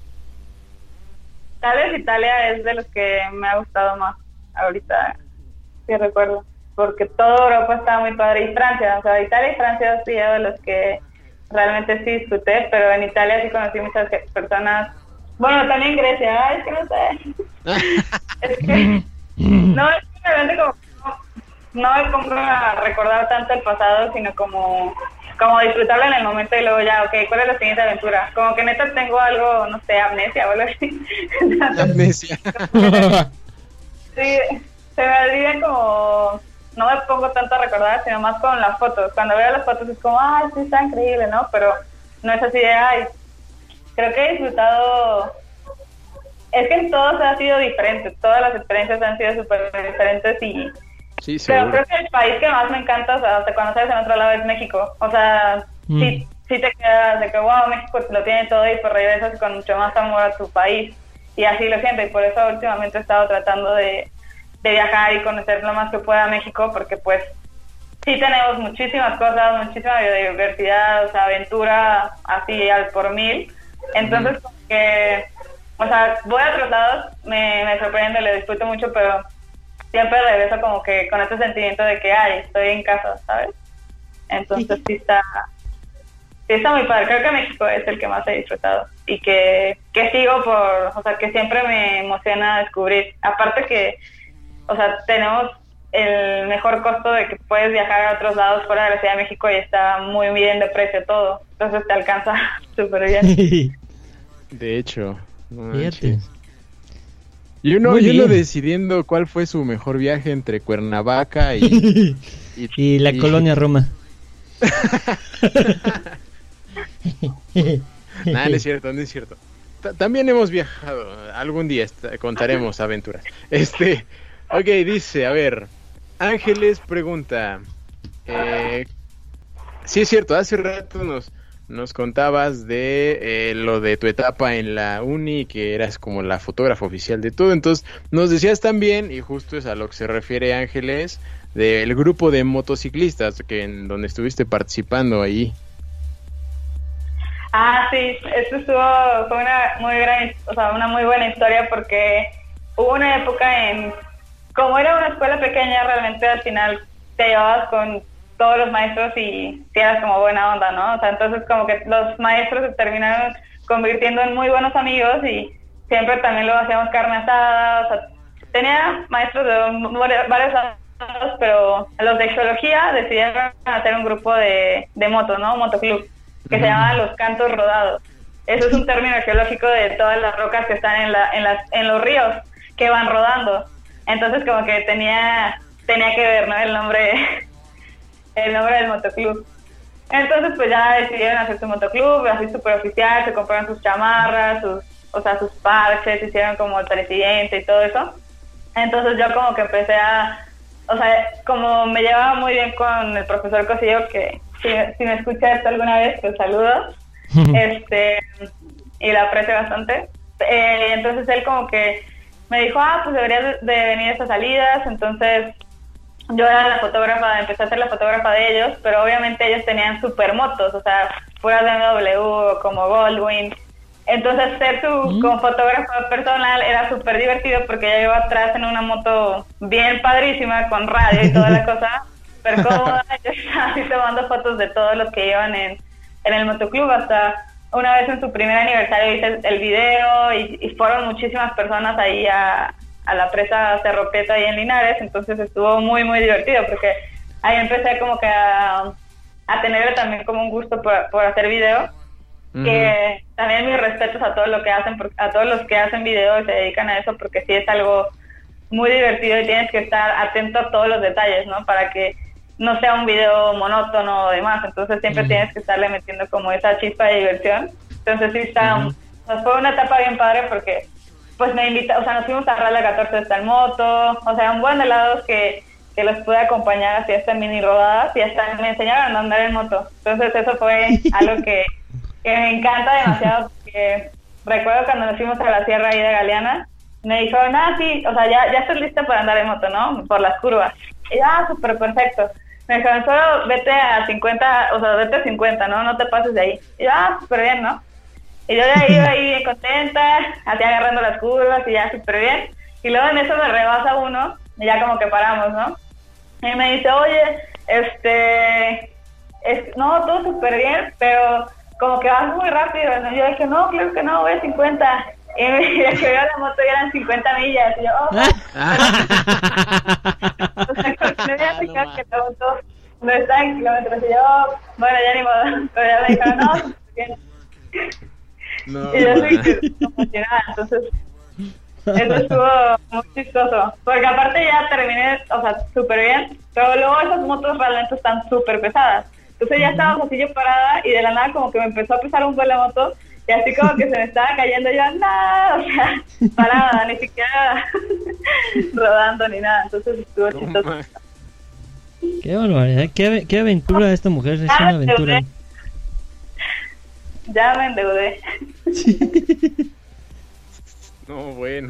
Tal vez Italia es de los que me ha gustado más ahorita, sí recuerdo, porque toda Europa está muy padre, y Francia, o sea, Italia y Francia han sido de los que realmente sí disfruté, pero en Italia sí conocí muchas personas, bueno, también Grecia, es que no sé, es que, no, es que realmente como, no me pongo a recordar tanto el pasado, sino como disfrutarlo en el momento y luego ya, ok, ¿cuál es la siguiente aventura? Como que neta tengo algo, no sé, amnesia o algo así. Amnesia. Sí, se me olvida como, no me pongo tanto a recordar, sino más con las fotos. Cuando veo las fotos es como, ay, sí, está increíble, ¿no? Pero no es así de, ay, creo que he disfrutado es que en todos ha sido diferente, todas las experiencias han sido súper diferentes y... Sí, pero seguro. creo que el país que más me encanta, o sea, hasta cuando sales en otro lado es México. O sea, sí te quedas de que, wow, México lo tiene todo y pues regresas con mucho más amor a tu país. Y así lo siento, y por eso últimamente he estado tratando de viajar y conocer lo más que pueda México, porque pues sí tenemos muchísimas cosas, muchísima biodiversidad, o sea, aventura así al por mil. Entonces, como que, o sea, voy a otros lados, me sorprende, le disfruto mucho, pero siempre regreso como que con ese sentimiento de que, ay, estoy en casa, ¿sabes? Entonces sí está muy padre. Creo que México es el que más he disfrutado y que sigo o sea, que siempre me emociona descubrir. Aparte que, o sea, tenemos el mejor costo de que puedes viajar a otros lados fuera de la Ciudad de México y está muy bien de precio todo. Entonces te alcanza súper bien. De hecho, no Fíjate. manches. Y uno Muy bien. decidiendo cuál fue su mejor viaje entre Cuernavaca y Y la colonia Roma. Nah, no es cierto, no es cierto. También hemos viajado. Algún día contaremos aventuras. Ok, dice, a ver. Ángeles pregunta. Sí, es cierto, hace rato nos contabas de lo de tu etapa en la uni, que eras como la fotógrafa oficial de todo. Entonces, nos decías también, y justo es a lo que se refiere Ángeles, del grupo de motociclistas en donde estuviste participando ahí. Ah, sí, fue una muy buena historia porque hubo una época como era una escuela pequeña, realmente al final te llevabas con todos los maestros y sí eras como buena onda, ¿no? O sea, entonces como que los maestros se terminaron convirtiendo en muy buenos amigos y siempre también luego hacíamos carne asada, o sea, tenía maestros de varios años, pero los de geología decidieron hacer un grupo de moto, ¿no? Un motoclub, que se llama Los Cantos Rodados. Eso es un término geológico de todas las rocas que están en los ríos que van rodando. Entonces como que tenía que ver, ¿no? El nombre del motoclub. Entonces pues ya decidieron hacer su motoclub, así súper oficial, se compraron sus chamarras, sus parches, hicieron como el presidente y todo eso. Entonces yo como que empecé como me llevaba muy bien con el profesor Cosillo, que si me escucha esto alguna vez, pues saludos, y lo aprecio bastante. Entonces él como que me dijo, pues deberías de venir a estas salidas. Entonces yo era empecé a ser la fotógrafa de ellos, pero obviamente ellos tenían supermotos, o sea, puras BMW, como Goldwing. Entonces ser como fotógrafa personal era súper divertido porque yo iba atrás en una moto bien padrísima, con radio y toda la cosa, súper cómoda. Yo estaba así tomando fotos de todos los que iban en el motoclub. Hasta una vez en su primer aniversario hice el video y fueron muchísimas personas ahí a la presa Cerro Prieto ahí en Linares. Entonces estuvo muy muy divertido porque ahí empecé como que a tener también como un gusto por hacer video. Que también mis respetos a todos a todos los que hacen video y se dedican a eso, porque sí es algo muy divertido y tienes que estar atento a todos los detalles, ¿no? Para que no sea un video monótono o demás. Entonces siempre tienes que estarle metiendo como esa chispa de diversión. Entonces sí fue una etapa bien padre porque pues nos fuimos a Rally 14 hasta en moto, o sea, un buen de lados que los pude acompañar hacia estas mini rodadas y hasta me enseñaron a andar en moto. Entonces eso fue algo que me encanta demasiado, porque recuerdo cuando nos fuimos a la sierra ahí de Galeana, me dijeron, sí, o sea, ya estás lista para andar en moto, ¿no? Por las curvas. Y súper perfecto. Me dijeron, solo vete a 50, o sea, vete a 50, ¿no? No te pases de ahí. Y yo, súper bien, ¿no? Y yo de ahí iba ahí contenta, así agarrando las curvas y ya súper bien. Y luego en eso me rebasa uno y ya como que paramos, ¿no? Y me dice, oye, no, todo súper bien, pero como que vas muy rápido, ¿no? Yo dije, no, claro que no, voy a 50. Y me que veo la moto y eran 50 millas. Y yo, o sea, me había fijado que la moto no está en kilómetros. Y yo, bueno, ya ni modo. Pero ya me dijeron, no, bien. No, y yo estoy emocionada, entonces eso estuvo muy chistoso. Porque aparte ya terminé, o sea, súper bien. Pero luego esas motos realmente están súper pesadas. Entonces ya estaba así yo parada y de la nada como que me empezó a pesar un poco la moto Y así como que se me estaba cayendo yo, no, o sea, parada, ni siquiera rodando ni nada. Entonces estuvo chistoso. Qué barbaridad, qué aventura esta mujer, es una aventura. Ya me endeudé. No, bueno.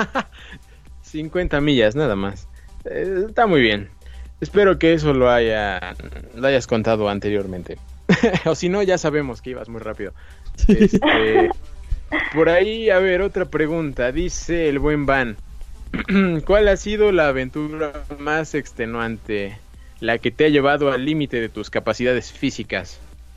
50 millas, nada más. Está muy bien. Espero que eso lo hayas contado anteriormente. O si no, ya sabemos que ibas muy rápido. Por ahí, a ver, otra pregunta. Dice el buen Van. ¿Cuál ha sido la aventura más extenuante? La que te ha llevado al límite de tus capacidades físicas.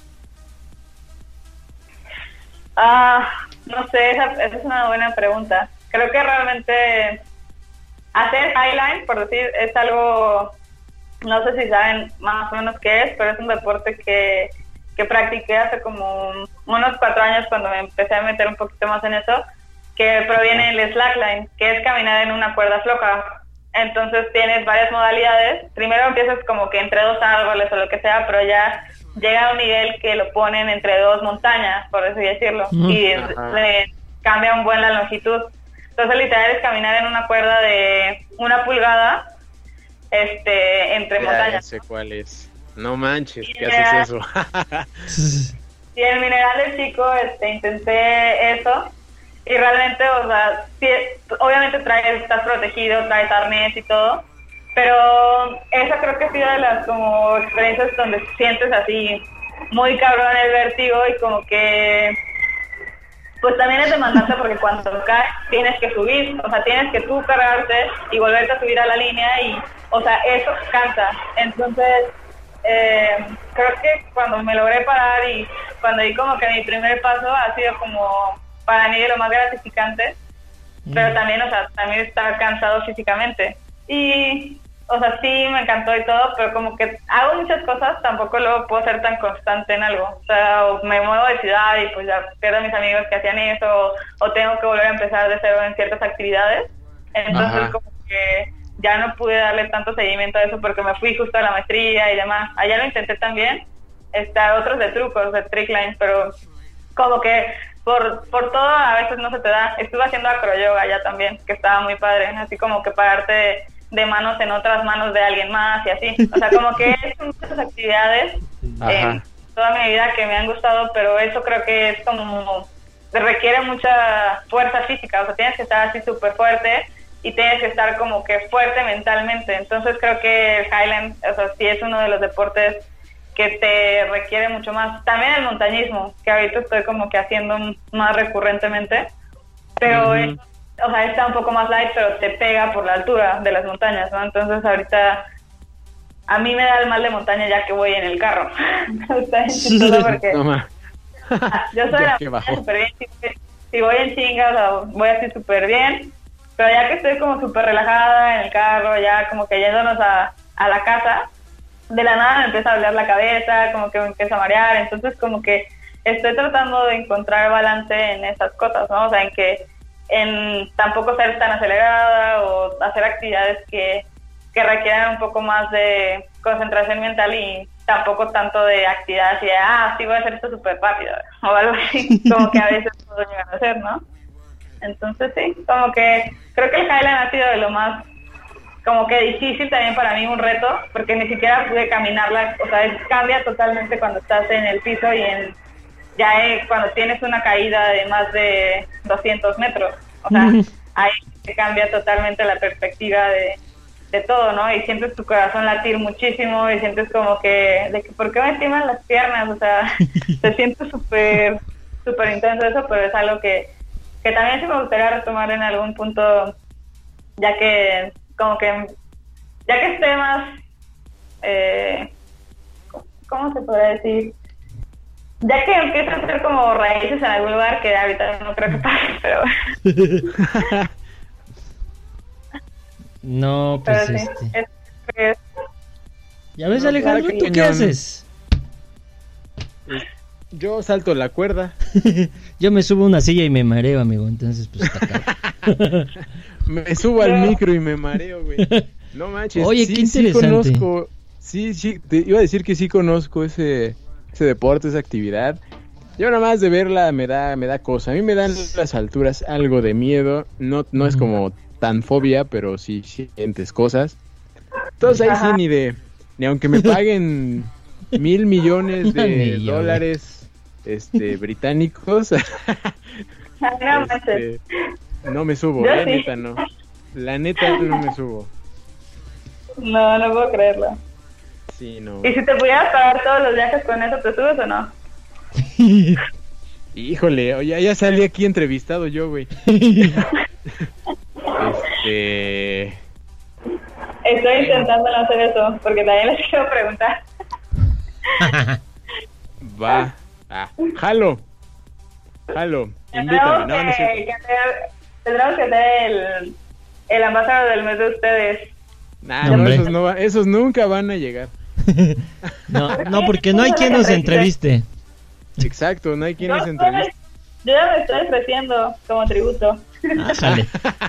No sé, esa es una buena pregunta. Creo que realmente hacer highline, por decir, es algo, no sé si saben más o menos qué es, pero es un deporte que practiqué hace como unos 4 años cuando me empecé a meter un poquito más en eso, que proviene del slackline, que es caminar en una cuerda floja. Entonces tienes varias modalidades. Primero empiezas como que entre 2 árboles o lo que sea, pero ya llega a un nivel que lo ponen entre 2 montañas, por así decirlo, y le cambia un buen la longitud. Entonces literal es caminar en una cuerda de 1 pulgada entre montañas. Ya sé cuál es. No manches, ¿qué haces eso? Y en Mineral del Chico intenté eso y realmente, o sea, sí, obviamente estás protegido, traes arnés y todo, pero esa creo que ha sido de las como experiencias donde sientes así muy cabrón el vértigo y como que pues también es demandante porque cuando caes tienes que subir, o sea, tienes que tú cargarte y volverte a subir a la línea y, o sea, eso cansa. Entonces creo que cuando me logré parar y cuando di como que mi primer paso ha sido como para mí de lo más gratificante, pero también, o sea, también estaba cansado físicamente y, o sea, sí me encantó y todo, pero como que hago muchas cosas, tampoco luego puedo ser tan constante en algo, o sea, o me muevo de ciudad y pues ya pierdo a mis amigos que hacían eso, o tengo que volver a empezar de cero en ciertas actividades, entonces como que ya no pude darle tanto seguimiento a eso porque me fui justo a la maestría y demás. Allá lo intenté también, otros de trucos, de trickline, pero como que por todo a veces no se te da. Estuve haciendo acroyoga allá también, que estaba muy padre, así como que pararte de manos en otras manos de alguien más y así. O sea, como que he hecho muchas actividades en toda mi vida que me han gustado, pero eso creo que es como, requiere mucha fuerza física, o sea, tienes que estar así súper fuerte y tienes que estar como que fuerte mentalmente. Entonces creo que el Highland, o sea, sí es uno de los deportes que te requiere mucho más. También el montañismo, que ahorita estoy como que haciendo más recurrentemente, pero o sea, está un poco más light, pero te pega por la altura de las montañas, ¿no? Entonces ahorita a mí me da el mal de montaña ya que voy en el carro. Está chistoso porque yo soy la montaña súper bien, si voy en chinga, o sea, voy así súper bien, pero ya que estoy como súper relajada en el carro, ya como que yéndonos a la casa, de la nada me empieza a doler la cabeza, como que me empieza a marear, entonces como que estoy tratando de encontrar balance en esas cosas, ¿no? O sea, en tampoco ser tan acelerada o hacer actividades que requieran un poco más de concentración mental y tampoco tanto de actividades y de, sí voy a hacer esto súper rápido o algo así, como que a veces puedo llegar a hacer, ¿no? Entonces sí, como que creo que el Highland ha sido de lo más como que difícil también para mí, un reto, porque ni siquiera pude caminarla, o sea, cambia totalmente cuando estás en el piso y cuando tienes una caída de más de 200 metros, o sea, ahí te cambia totalmente la perspectiva de todo, ¿no? Y sientes tu corazón latir muchísimo y sientes como que, ¿por qué me estiman las piernas? O sea, te sientes súper intenso eso, pero es algo que también sí me gustaría retomar en algún punto, ya que esté más, ¿cómo se podría decir? Ya que empiece a hacer como raíces en algún lugar, que ahorita no creo que pase, pero... No, pues pero sí, ¿Ya ves, Alejandro? ¿Tú qué haces? Yo salto la cuerda. Yo me subo a una silla y me mareo, amigo, entonces pues está acá. Me subo al micro y me mareo, güey. No manches. Oye, qué interesante. Sí conozco, te iba a decir que sí conozco ese deporte, esa actividad. Yo nada más de verla me da cosa. A mí me dan las alturas algo de miedo. No es como tan fobia, pero sí sientes cosas. Entonces ahí sí ni aunque me paguen 1,000 millones de dólares británicos. No me subo, Yo sí. neta no. La neta no me subo. No puedo creerlo. Sí, no. ¿Y si te pudieras pagar todos los viajes con eso, te subes o no? Híjole, oye, ya salí aquí entrevistado yo, güey. Estoy intentando no hacer eso, porque también les quiero preguntar. Va. Jalo. Invítame. No es cierto. Tendremos que ser el ambasador del mes de ustedes. No, esos nunca van a llegar. No, porque no hay quien nos entreviste. Exacto, no hay quien nos entreviste. Yo ya me estoy ofreciendo como tributo. Ájale.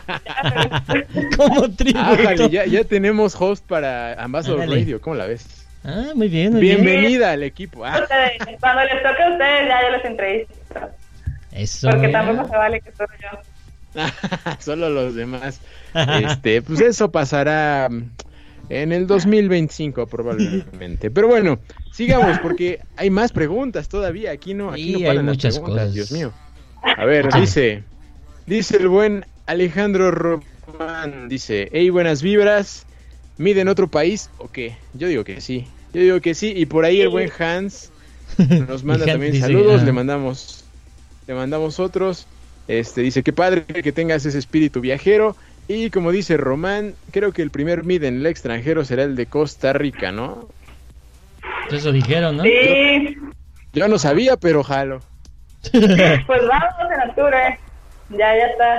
Como tributo. Ájale, ya tenemos host para Ambassador Radio, ¿cómo la ves? Muy bien. Bienvenida al equipo. Cuando les toque a ustedes, ya yo los entrevisto. Eso. Porque tampoco se vale que solo yo. Solo los demás. Pues eso pasará en el 2025 probablemente. Pero bueno, sigamos porque hay más preguntas todavía. Aquí no paran hay las muchas preguntas, cosas. Dios mío. A ver, dice el buen Alejandro Román, dice, hey, buenas vibras, ¿mide en otro país o qué? Yo digo que sí, y por ahí el buen Hans nos manda también dice, saludos, le mandamos otros, dice, qué padre que tengas ese espíritu viajero, y como dice Román, creo que el primer mid en el extranjero será el de Costa Rica, ¿no? Eso dijeron, ¿no? Sí. Yo no sabía, pero jalo. Pues vamos en octubre. Ya está.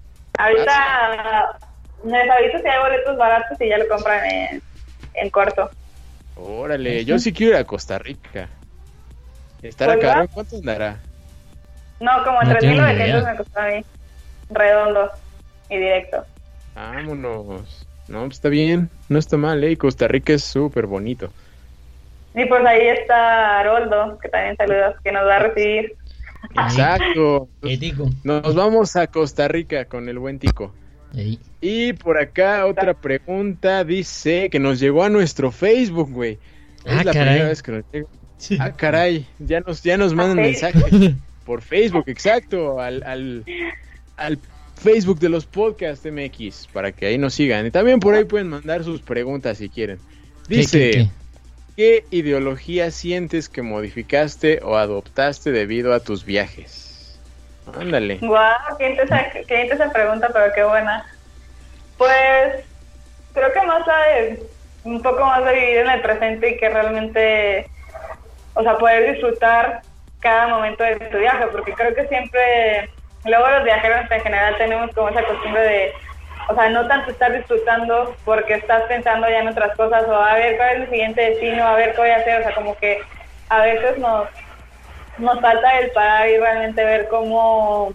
Ahorita les aviso si hay boletos baratos y ya lo compran en corto. Órale, yo sí quiero ir a Costa Rica. ¿Estará Pues caro? va. ¿Cuánto andará? No, como No tengo ni 3,900 idea. me costó a mí. Redondo y directo. Vámonos. No, pues está bien, no está mal, Costa Rica es súper bonito. Y pues ahí está Haroldo, que también saludos, que nos va a recibir. Exacto. Tico. Nos vamos a Costa Rica con el buen Tico. Ey. Y por acá otra pregunta dice que nos llegó a nuestro Facebook, güey. Es la caray. primera vez que nos llega. Caray, ya nos mandan mensajes por Facebook, exacto, al Facebook de los Podcast MX, para que ahí nos sigan. Y también por ahí pueden mandar sus preguntas si quieren. Dice, ¿qué ideología sientes que modificaste o adoptaste debido a tus viajes? Ándale. Guau, qué esa pregunta, pero qué buena. Pues creo que un poco más de vivir en el presente y que realmente, o sea, poder disfrutar cada momento de tu viaje, porque creo que siempre, luego los viajeros en general tenemos como esa costumbre de, o sea, no tanto estar disfrutando porque estás pensando ya en otras cosas, o a ver cuál es el siguiente destino, a ver qué voy a hacer, o sea, como que a veces nos falta el parar y realmente ver cómo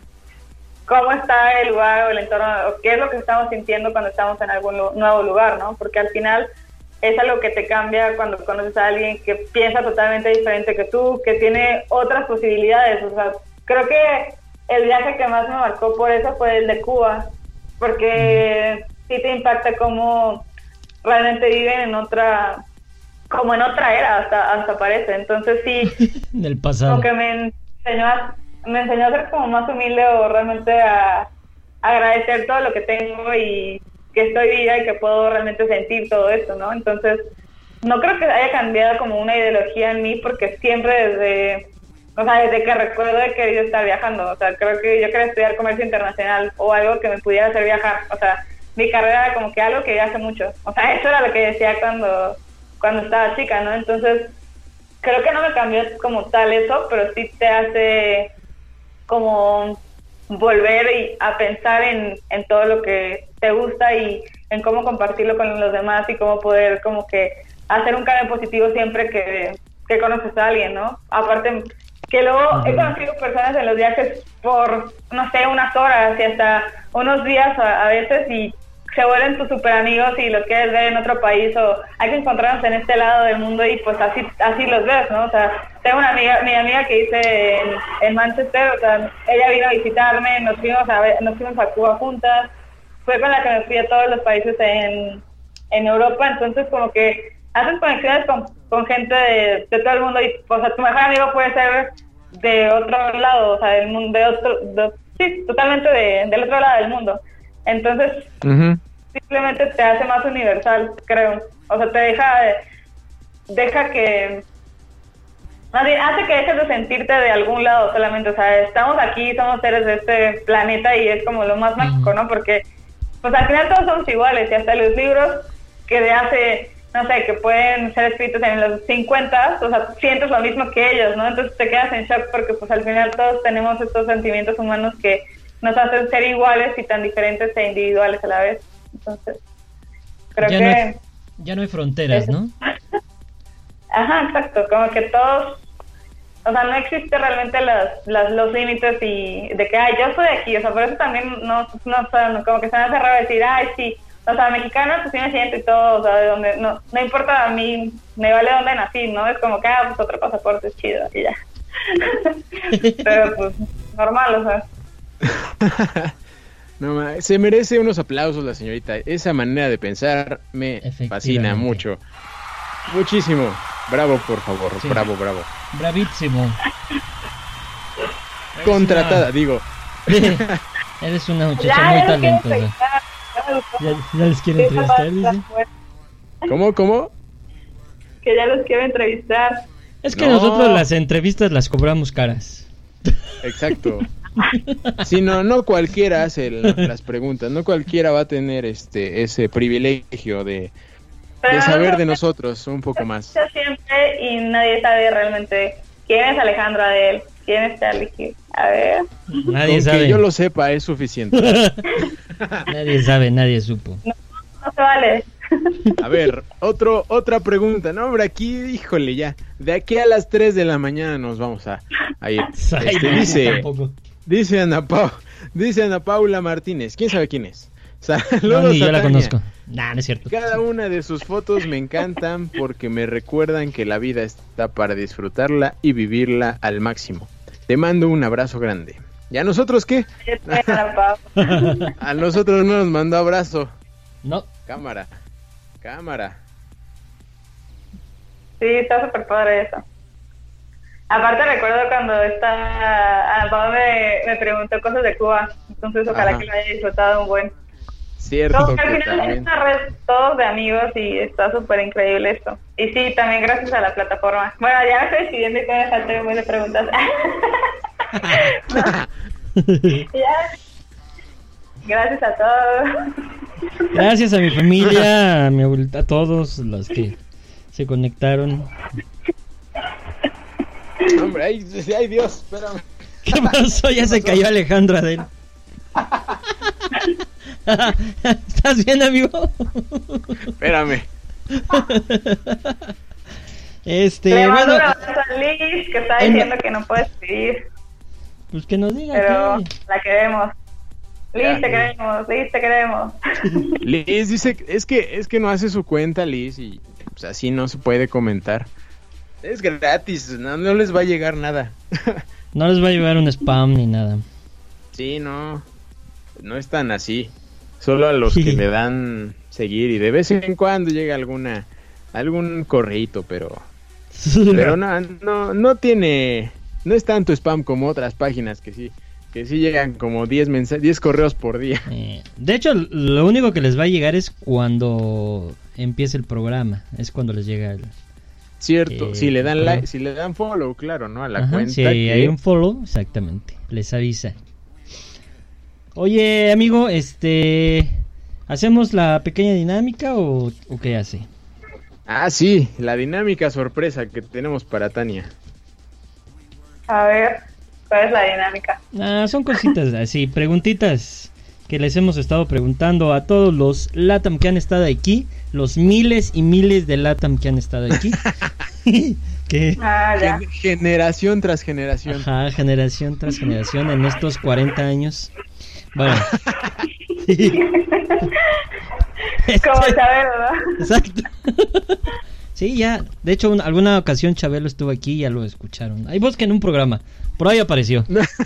está el lugar o el entorno, o qué es lo que estamos sintiendo cuando estamos en algún nuevo lugar, ¿no? Porque al final es algo que te cambia cuando conoces a alguien que piensa totalmente diferente que tú, que tiene otras posibilidades. O sea, creo que el viaje que más me marcó por eso fue el de Cuba, porque sí te impacta cómo realmente viven en otra era, hasta parece. Entonces sí, del pasado. como que me enseñó a ser como más humilde, o realmente a agradecer todo lo que tengo y que estoy viva y que puedo realmente sentir todo esto, ¿no? Entonces, no creo que haya cambiado como una ideología en mí, porque siempre desde que recuerdo he querido estar viajando. O sea, creo que yo quería estudiar comercio internacional o algo que me pudiera hacer viajar. O sea, mi carrera era como que algo que hace mucho. O sea, eso era lo que decía cuando estaba chica, ¿no? Entonces, creo que no me cambió como tal eso, pero sí te hace como volver a pensar en todo lo que te gusta y en cómo compartirlo con los demás y cómo poder como que hacer un cambio positivo siempre que conoces a alguien, ¿no? Aparte que luego he conocido personas en los viajes por, no sé, unas horas y hasta unos días a veces, y se vuelven tus super amigos y los quieres ver en otro país, o hay que encontrarnos en este lado del mundo y pues así los ves, ¿no? O sea, tengo una amiga, mi amiga que hice en Manchester, o sea, ella vino a visitarme, nos fuimos a Cuba juntas, fue con la que me fui a todos los países en Europa, entonces como que haces conexiones con gente de todo el mundo y, o sea, tu mejor amigo puede ser de otro lado, o sea, del mundo, sí, totalmente del otro lado del mundo. Entonces, simplemente te hace más universal, creo. O sea, te deja que... Más bien, hace que dejes de sentirte de algún lado solamente. O sea, estamos aquí, somos seres de este planeta y es como lo más mágico, ¿no? Porque, pues al final todos somos iguales y hasta los libros que de hace, no sé, que pueden ser escritos en los 50, o sea, sientes lo mismo que ellos, ¿no? Entonces te quedas en shock porque, pues al final todos tenemos estos sentimientos humanos que nos hacen ser iguales y tan diferentes e individuales a la vez. Entonces, creo que... Ya no hay fronteras, ¿no? Ajá, exacto. Como que todos... O sea, no existe realmente los límites y de que, yo soy de aquí. O sea, por eso también no como que se me hace raro decir, sí. O sea, mexicana, pues sí me siento y todo. O sea, de donde... No importa a mí, me vale dónde nací, ¿no? Es como que, pues otro pasaporte es chido y ya. Pero, pues, normal, o sea... No, se merece unos aplausos la señorita. Esa manera de pensar me fascina mucho. Muchísimo. Bravo, por favor. Sí. Bravo. Bravísimo. Contratada, digo. Eres una muchacha muy talentosa. ¿Ya les quiere entrevistar, dice? ¿Cómo? Que ya los quiero entrevistar. Es que nosotros las entrevistas las cobramos caras. Exacto. Si no cualquiera hace las preguntas, no cualquiera va a tener ese privilegio de saber de nosotros un poco más. Siempre y nadie sabe realmente quién es Alejandro Adel, quién es Charlie Kirk. A ver. Nadie sabe. Que yo lo sepa es suficiente. Nadie sabe, nadie supo. No se vale. A ver, otra pregunta. No, hombre, aquí, híjole, ya. De aquí a las 3 de la mañana nos vamos a ir. Dice Ana Paula Martínez. ¿Quién sabe quién es? Saludos yo a la Tania. conozco. No es cierto. Cada una de sus fotos me encantan porque me recuerdan que la vida está para disfrutarla y vivirla al máximo. Te mando un abrazo grande. ¿Y a nosotros qué? A nosotros no nos mandó abrazo. No. Cámara. Sí, está súper padre eso. Aparte recuerdo cuando Ana Pau me preguntó cosas de Cuba, entonces ojalá que lo haya disfrutado un buen. Cierto. Al final es una red todos de amigos y está súper increíble esto. Y sí, también gracias a la plataforma. Bueno, ya me estoy decidiendo y que me faltan muy de preguntas. Gracias a todos. Gracias a mi familia, a mi abuelita, a todos los que se conectaron. Hombre, ay Dios, espérame. ¿Qué pasó? Ya se cayó Alejandro Adel. ¿Estás bien, amigo? Espérame. Le mando un abrazo a Liz, que está diciendo que no puede escribir. Pues que nos diga. Pero la queremos. Liz, te queremos. Liz dice, es que no hace su cuenta, Liz, y pues así no se puede comentar. Es gratis, no les va a llegar nada. No les va a llegar un spam ni nada. Sí, no es tan así. Solo a los que le dan seguir y de vez en cuando llega algún correíto, pero no tiene, no es tanto spam como otras páginas que sí llegan como 10 correos por día. De hecho, lo único que les va a llegar es cuando empiece el programa, es cuando les llega el... Cierto, si le dan like, si le dan follow, claro, ¿no? A la cuenta. Si hay un follow, exactamente, les avisa. Oye, amigo, ¿hacemos la pequeña dinámica o qué hace? Ah, sí, la dinámica sorpresa que tenemos para Tania. A ver, ¿cuál es la dinámica? Son cositas así, preguntitas que les hemos estado preguntando a todos los LATAM que han estado aquí, los miles y miles de LATAM que han estado aquí. Generación tras generación. Ajá, generación tras generación en estos 40 años. Bueno. Sí. Como Chabelo, ¿no? Exacto. Sí, ya. De hecho, alguna ocasión Chabelo estuvo aquí y ya lo escucharon. Ahí busquen un programa. Por ahí apareció.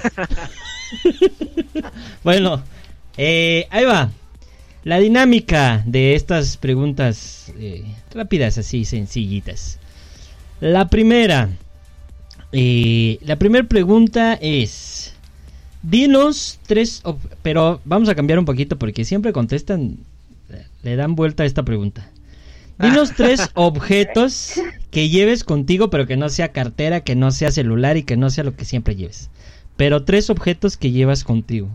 Bueno, ahí va. La dinámica de estas preguntas rápidas, así, sencillitas. La primera pregunta es... Dinos tres... pero vamos a cambiar un poquito porque siempre contestan... Le dan vuelta a esta pregunta. Dinos 3 objetos que lleves contigo, pero que no sea cartera, que no sea celular y que no sea lo que siempre lleves. Pero 3 objetos que llevas contigo.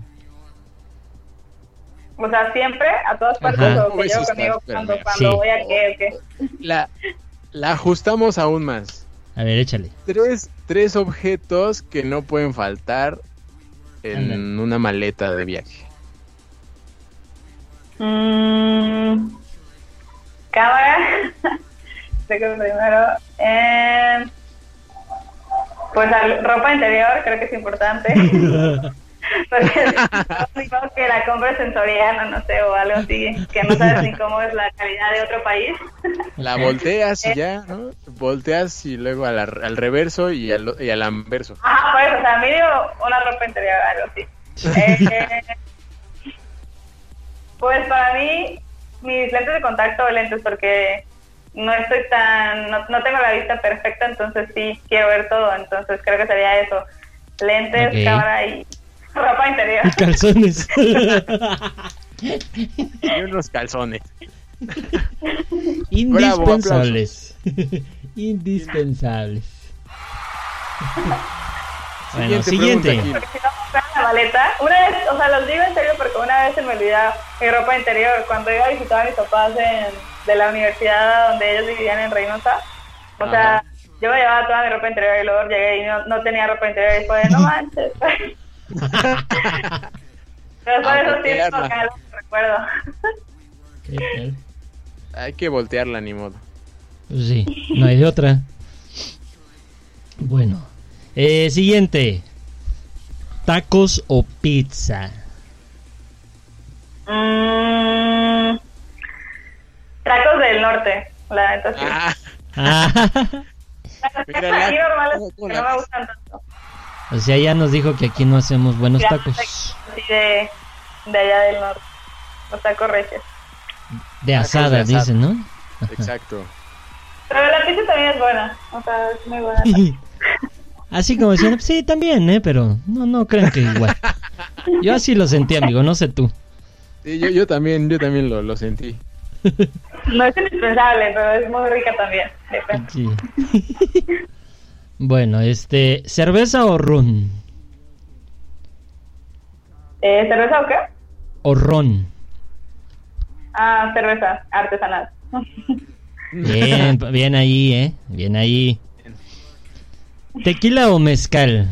O sea, siempre, a todas partes, Ajá. o que llevo conmigo cuando Sí. voy a qué. La ajustamos aún más. A ver, échale. 3 objetos que no pueden faltar en Ándale. una maleta de viaje. Cámara. Sé que primero. Pues ropa interior, creo que es importante. Porque digo que la compres en Soriana, no sé, o algo así, que no sabes ni cómo es la calidad de otro país. La volteas y ya, ¿no? Volteas y luego al reverso y al anverso. Ajá, pues, o sea, mínimo una ropa interior, algo así. Pues para mí, mis lentes de contacto o lentes, porque no estoy no tengo la vista perfecta, entonces sí quiero ver todo, entonces creo que sería eso. Lentes, Ok. cámara y ropa interior. Y calzones. Y unos calzones. Indispensables. Indispensables. Bueno, siguiente. pregunta, Porque si no compras la maleta, una vez, o sea, los digo en serio porque una vez se me olvidaba mi ropa interior cuando iba a visitar a mis papás de la universidad donde ellos vivían en Reynosa. O sea, yo me llevaba toda mi ropa interior y luego llegué y no tenía ropa interior y fue de, no manches. Pero por eso sí es porque algo que recuerdo. Hay que voltearla, ni modo. Pues sí, no hay de otra. Bueno, siguiente. ¿Tacos o pizza? Tacos del norte, la neta sí. Mira, Aquí normales que no me gustan tanto. O sea, ya nos dijo que aquí no hacemos buenos Ya, tacos. así de allá del norte. Los tacos recios. De asada, dicen, ¿no? Ajá. Exacto. Pero la pizza también es buena. O sea, es muy buena. Así como diciendo, sí, también, pero no crean que igual. Yo así lo sentí, amigo, no sé tú. Sí, yo también lo sentí. No es indispensable, pero es muy rica también. Depende. Sí. Bueno, ¿cerveza o ron? ¿Cerveza o qué? O ron. Ah, cerveza artesanal. Bien ahí, bien ahí. ¿Tequila o mezcal?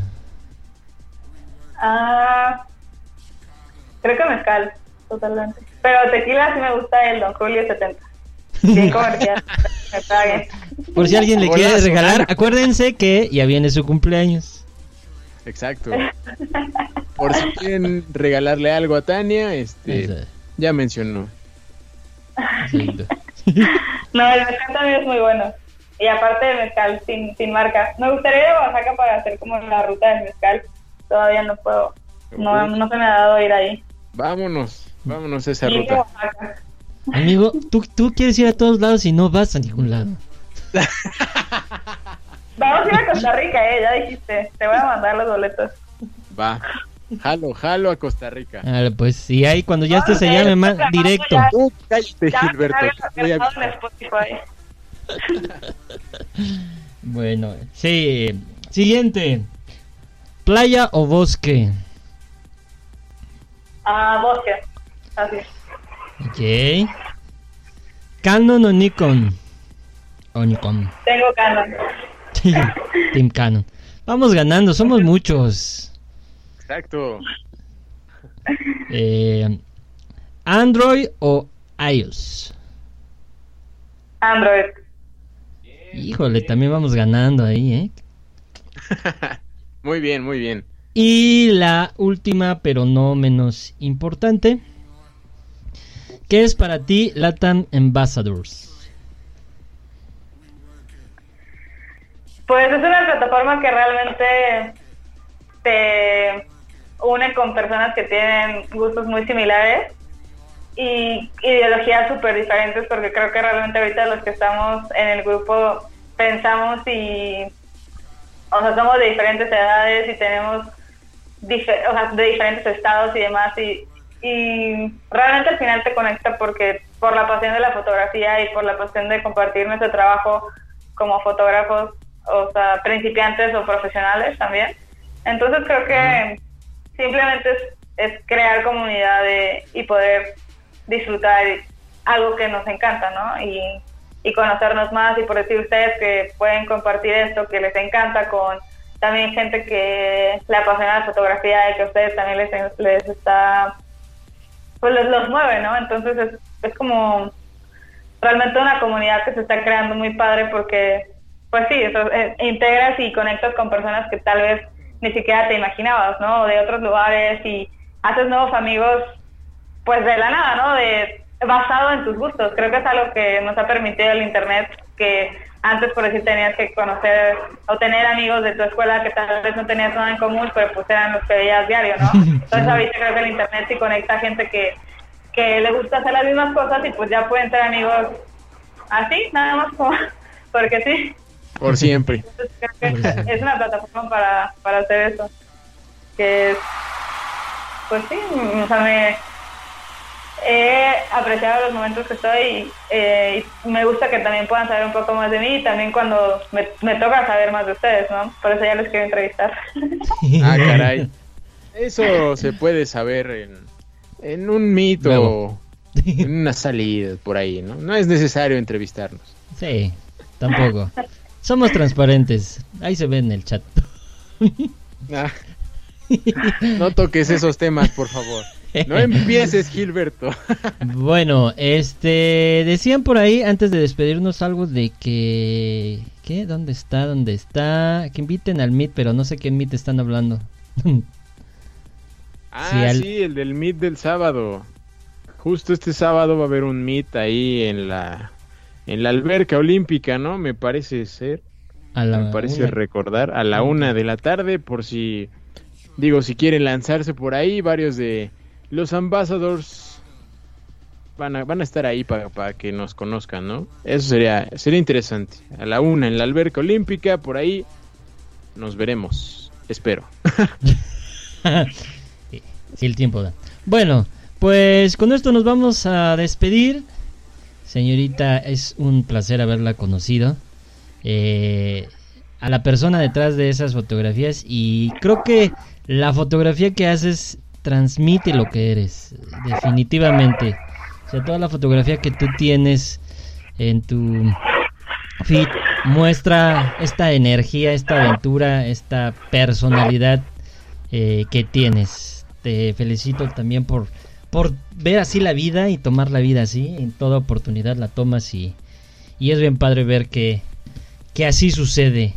Creo que mezcal, totalmente. Pero tequila sí me gusta el Don Julio 70. Bien comercial. Me paguen. Por si alguien le quiere Golazo. regalar, acuérdense que ya viene su cumpleaños. Exacto. Por si quieren regalarle algo a Tania, ya mencionó. Exacto. No, el mezcal también es muy bueno. Y aparte del mezcal sin marca. Me gustaría ir a Oaxaca para hacer como la ruta del mezcal. Todavía no puedo. No se me ha dado ir ahí. Vámonos a esa Sí, ruta. Oaxaca. Amigo, tú quieres ir a todos lados y no vas a ningún lado. Vamos a ir a Costa Rica, ya dijiste. Te voy a mandar los boletos. Va. Jalo a Costa Rica. Pues y ahí cuando ya estés allá me mandas directo. Cállate, Gilberto. Voy a- En Spotify. Bueno, sí. Siguiente. ¿Playa o bosque? Bosque. Así. Ok. ¿Canon o Nikon? O Nikon. Tengo Canon. Team Canon. Vamos ganando, somos muchos. Exacto. ¿Android o iOS? Android. Híjole, también vamos ganando ahí, ¿eh? Muy bien, muy bien. Y la última, pero no menos importante, ¿qué es para ti LATAM Ambassadors? Pues es una plataforma que realmente te une con personas que tienen gustos muy similares y ideologías súper diferentes, porque creo que realmente ahorita los que estamos en el grupo pensamos somos de diferentes edades y tenemos de diferentes estados y demás, y realmente al final te conecta porque por la pasión de la fotografía y por la pasión de compartir nuestro trabajo como fotógrafos, o sea, principiantes o profesionales también. Entonces creo que simplemente es crear comunidad y poder disfrutar algo que nos encanta, ¿no? Y conocernos más, y por decir ustedes que pueden compartir esto que les encanta con también gente que le apasiona la fotografía y que a ustedes también les está, pues los mueve, ¿no? Entonces es como realmente una comunidad que se está creando muy padre porque, pues sí, integras y conectas con personas que tal vez ni siquiera te imaginabas, ¿no? O de otros lugares, y haces nuevos amigos, pues de la nada, ¿no? Basado en tus gustos. Creo que es algo que nos ha permitido el internet, que antes, por decir, tenías que conocer o tener amigos de tu escuela que tal vez no tenías nada en común, pero pues eran los que veías diario, ¿no? Entonces ahorita creo que el internet sí conecta a gente que le gusta hacer las mismas cosas, y pues ya pueden ser amigos así, nada más como porque sí. Por siempre. Entonces, creo que es una plataforma para hacer eso. Que es, pues sí, o sea, he apreciado los momentos que estoy y me gusta que también puedan saber un poco más de mí, y también cuando me toca saber más de ustedes, ¿no? Por eso ya les quiero entrevistar. Ah, caray. Eso se puede saber en un mito o en una salida por ahí, ¿no? No es necesario entrevistarnos. Sí, tampoco. Somos transparentes. Ahí se ve en el chat. No toques esos temas, por favor. No empieces, Gilberto. Bueno, decían por ahí antes de despedirnos algo de que... ¿Qué? ¿Dónde está? Que inviten al Meet, pero no sé qué Meet están hablando. Sí, el del Meet del sábado. Justo este sábado va a haber un Meet ahí en la alberca olímpica, ¿no? Me parece ser. Me parece recordar. A la 1 de la tarde, por si... Digo, si quieren lanzarse por ahí, varios de los ambassadors van a estar ahí para que nos conozcan, ¿no? Eso sería interesante. A la 1 en la alberca olímpica, por ahí nos veremos. Espero. Sí, el tiempo da. Bueno, pues con esto nos vamos a despedir. Señorita, es un placer haberla conocido. A la persona detrás de esas fotografías, y creo que la fotografía que haces transmite lo que eres, definitivamente. O sea, toda la fotografía que tú tienes en tu feed muestra esta energía, esta aventura, esta personalidad que tienes. Te felicito también por ver así la vida y tomar la vida así. En toda oportunidad la tomas, y es bien padre ver que así sucede.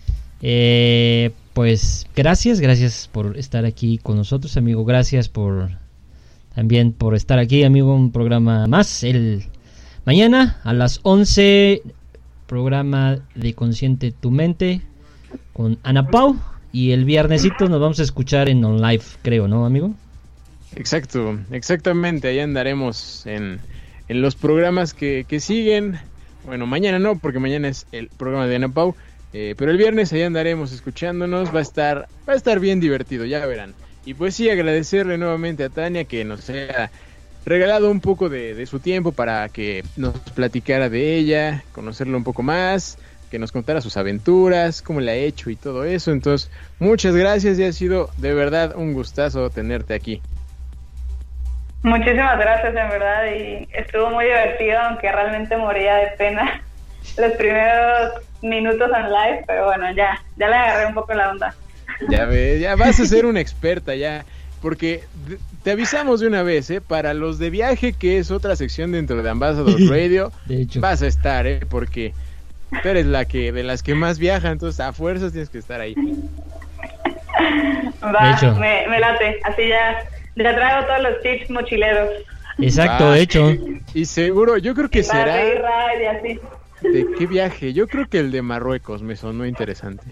Pues gracias por estar aquí con nosotros, amigo. Gracias también por estar aquí, amigo. Un programa más el mañana a las 11, programa de Consciente Tu Mente con Ana Pau, y el viernesito nos vamos a escuchar en On Live, creo, ¿no, amigo? Exactamente, ahí andaremos en los programas que siguen. Bueno, mañana no, porque mañana es el programa de Ana Pau. Pero el viernes ahí andaremos escuchándonos. Va a estar bien divertido, ya verán. Y pues sí, agradecerle nuevamente a Tania que nos haya regalado un poco de su tiempo para que nos platicara de ella, conocerla un poco más, que nos contara sus aventuras, cómo le ha hecho y todo eso. Entonces, muchas gracias, y ha sido de verdad un gustazo tenerte aquí. Muchísimas gracias, en verdad, y estuvo muy divertido, aunque realmente moría de pena los primeros minutos en live, pero bueno, ya le agarré un poco la onda. Ya ves, ya vas a ser una experta ya, porque te avisamos de una vez, para los de viaje, que es otra sección dentro de Ambassador Radio, de hecho, vas a estar, porque tú eres de las que más viaja, entonces a fuerzas tienes que estar ahí. Va, De hecho. me late. Así ya traigo todos los tips mochileros. Exacto, Ah. de hecho. Y seguro, yo creo que Para será... pedir ride y así. ¿De qué viaje? Yo creo que el de Marruecos me sonó interesante.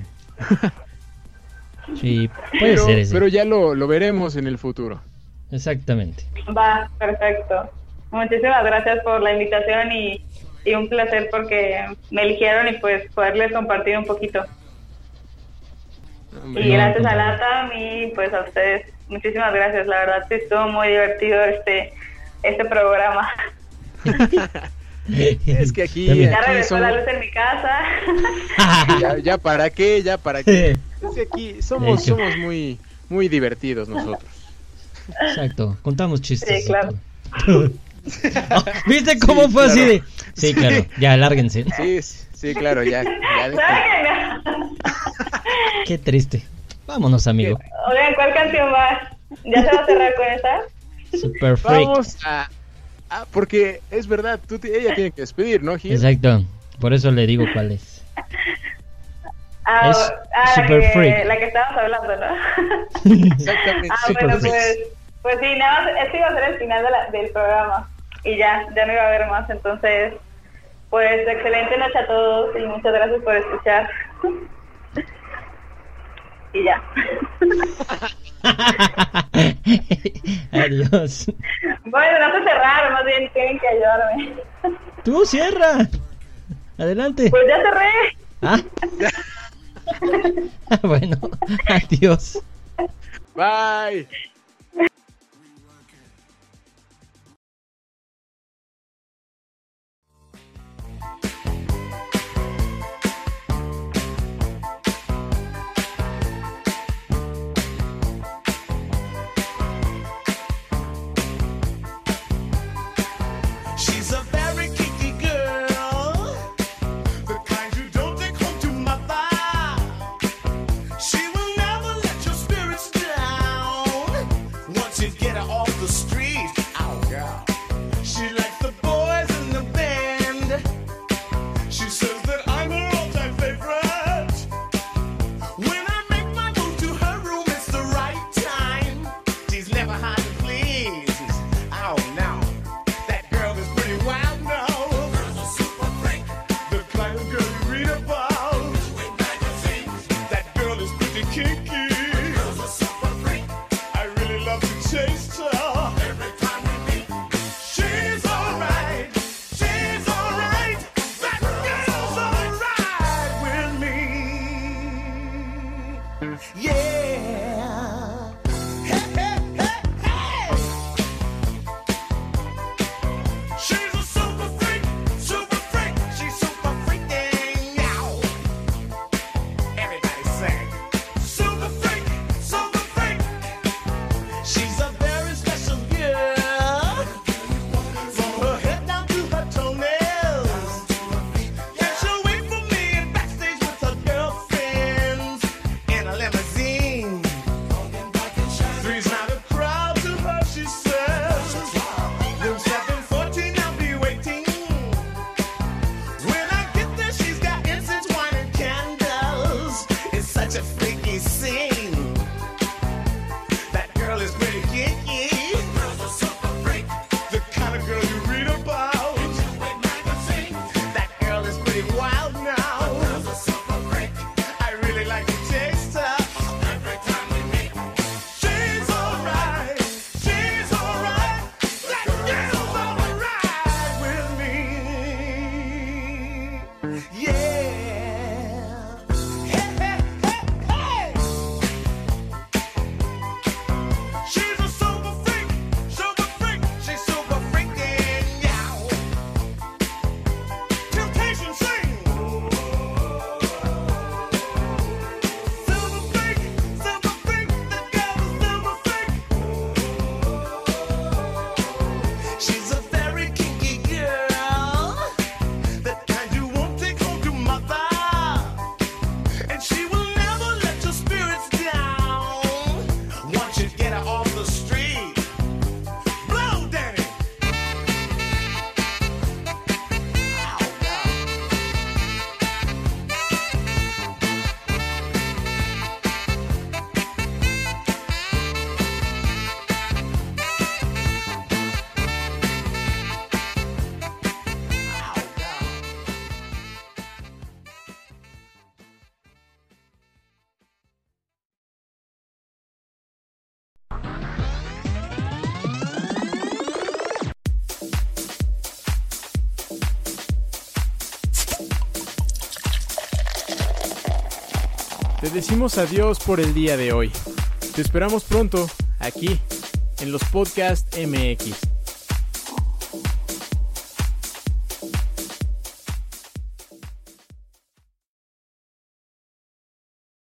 Sí, puede ser ese. Pero ya lo veremos en el futuro. Exactamente. Va, perfecto. Muchísimas gracias por la invitación y un placer porque me eligieron y pues poderles compartir un poquito. Hombre, Y No, gracias a contrario. LATAM y pues a ustedes. Muchísimas gracias. La verdad sí estuvo muy divertido este programa. Es que aquí, También. Ya aquí regresó la somos... luz en mi casa. Ya para qué, ya para qué. Es que aquí somos, De hecho. somos muy, muy divertidos nosotros. Exacto, contamos chistes. Sí, claro. ¿Viste cómo Sí, fue así claro. de? Sí, claro, ya, lárguense. Sí, claro, ya dejen. Qué triste. Vámonos, amigo. Oigan, ¿cuál canción va? ¿Ya se va a cerrar con esa? Super freak. Vamos a... porque es verdad, ella tiene que despedir, ¿no, Gil? Exacto, por eso le digo cuál es. Ah, Es la Super Freak. La que estábamos hablando, ¿no? Exactamente. Super Bueno, Freak. pues sí, nada más, este iba a ser el final del programa y ya no iba a haber más, entonces, pues excelente noche a todos y muchas gracias por escuchar. Y ya. Adiós. Bueno, no se cerraron, más bien tienen que ayudarme. Tú cierra. Adelante. Pues ya cerré. Ah. Bueno, adiós. Bye. She's a very kinky girl, the kind you don't take home to mother. She will never let your spirits down. te decimos adiós por el día de hoy. Te esperamos pronto, aquí, en los Podcast MX.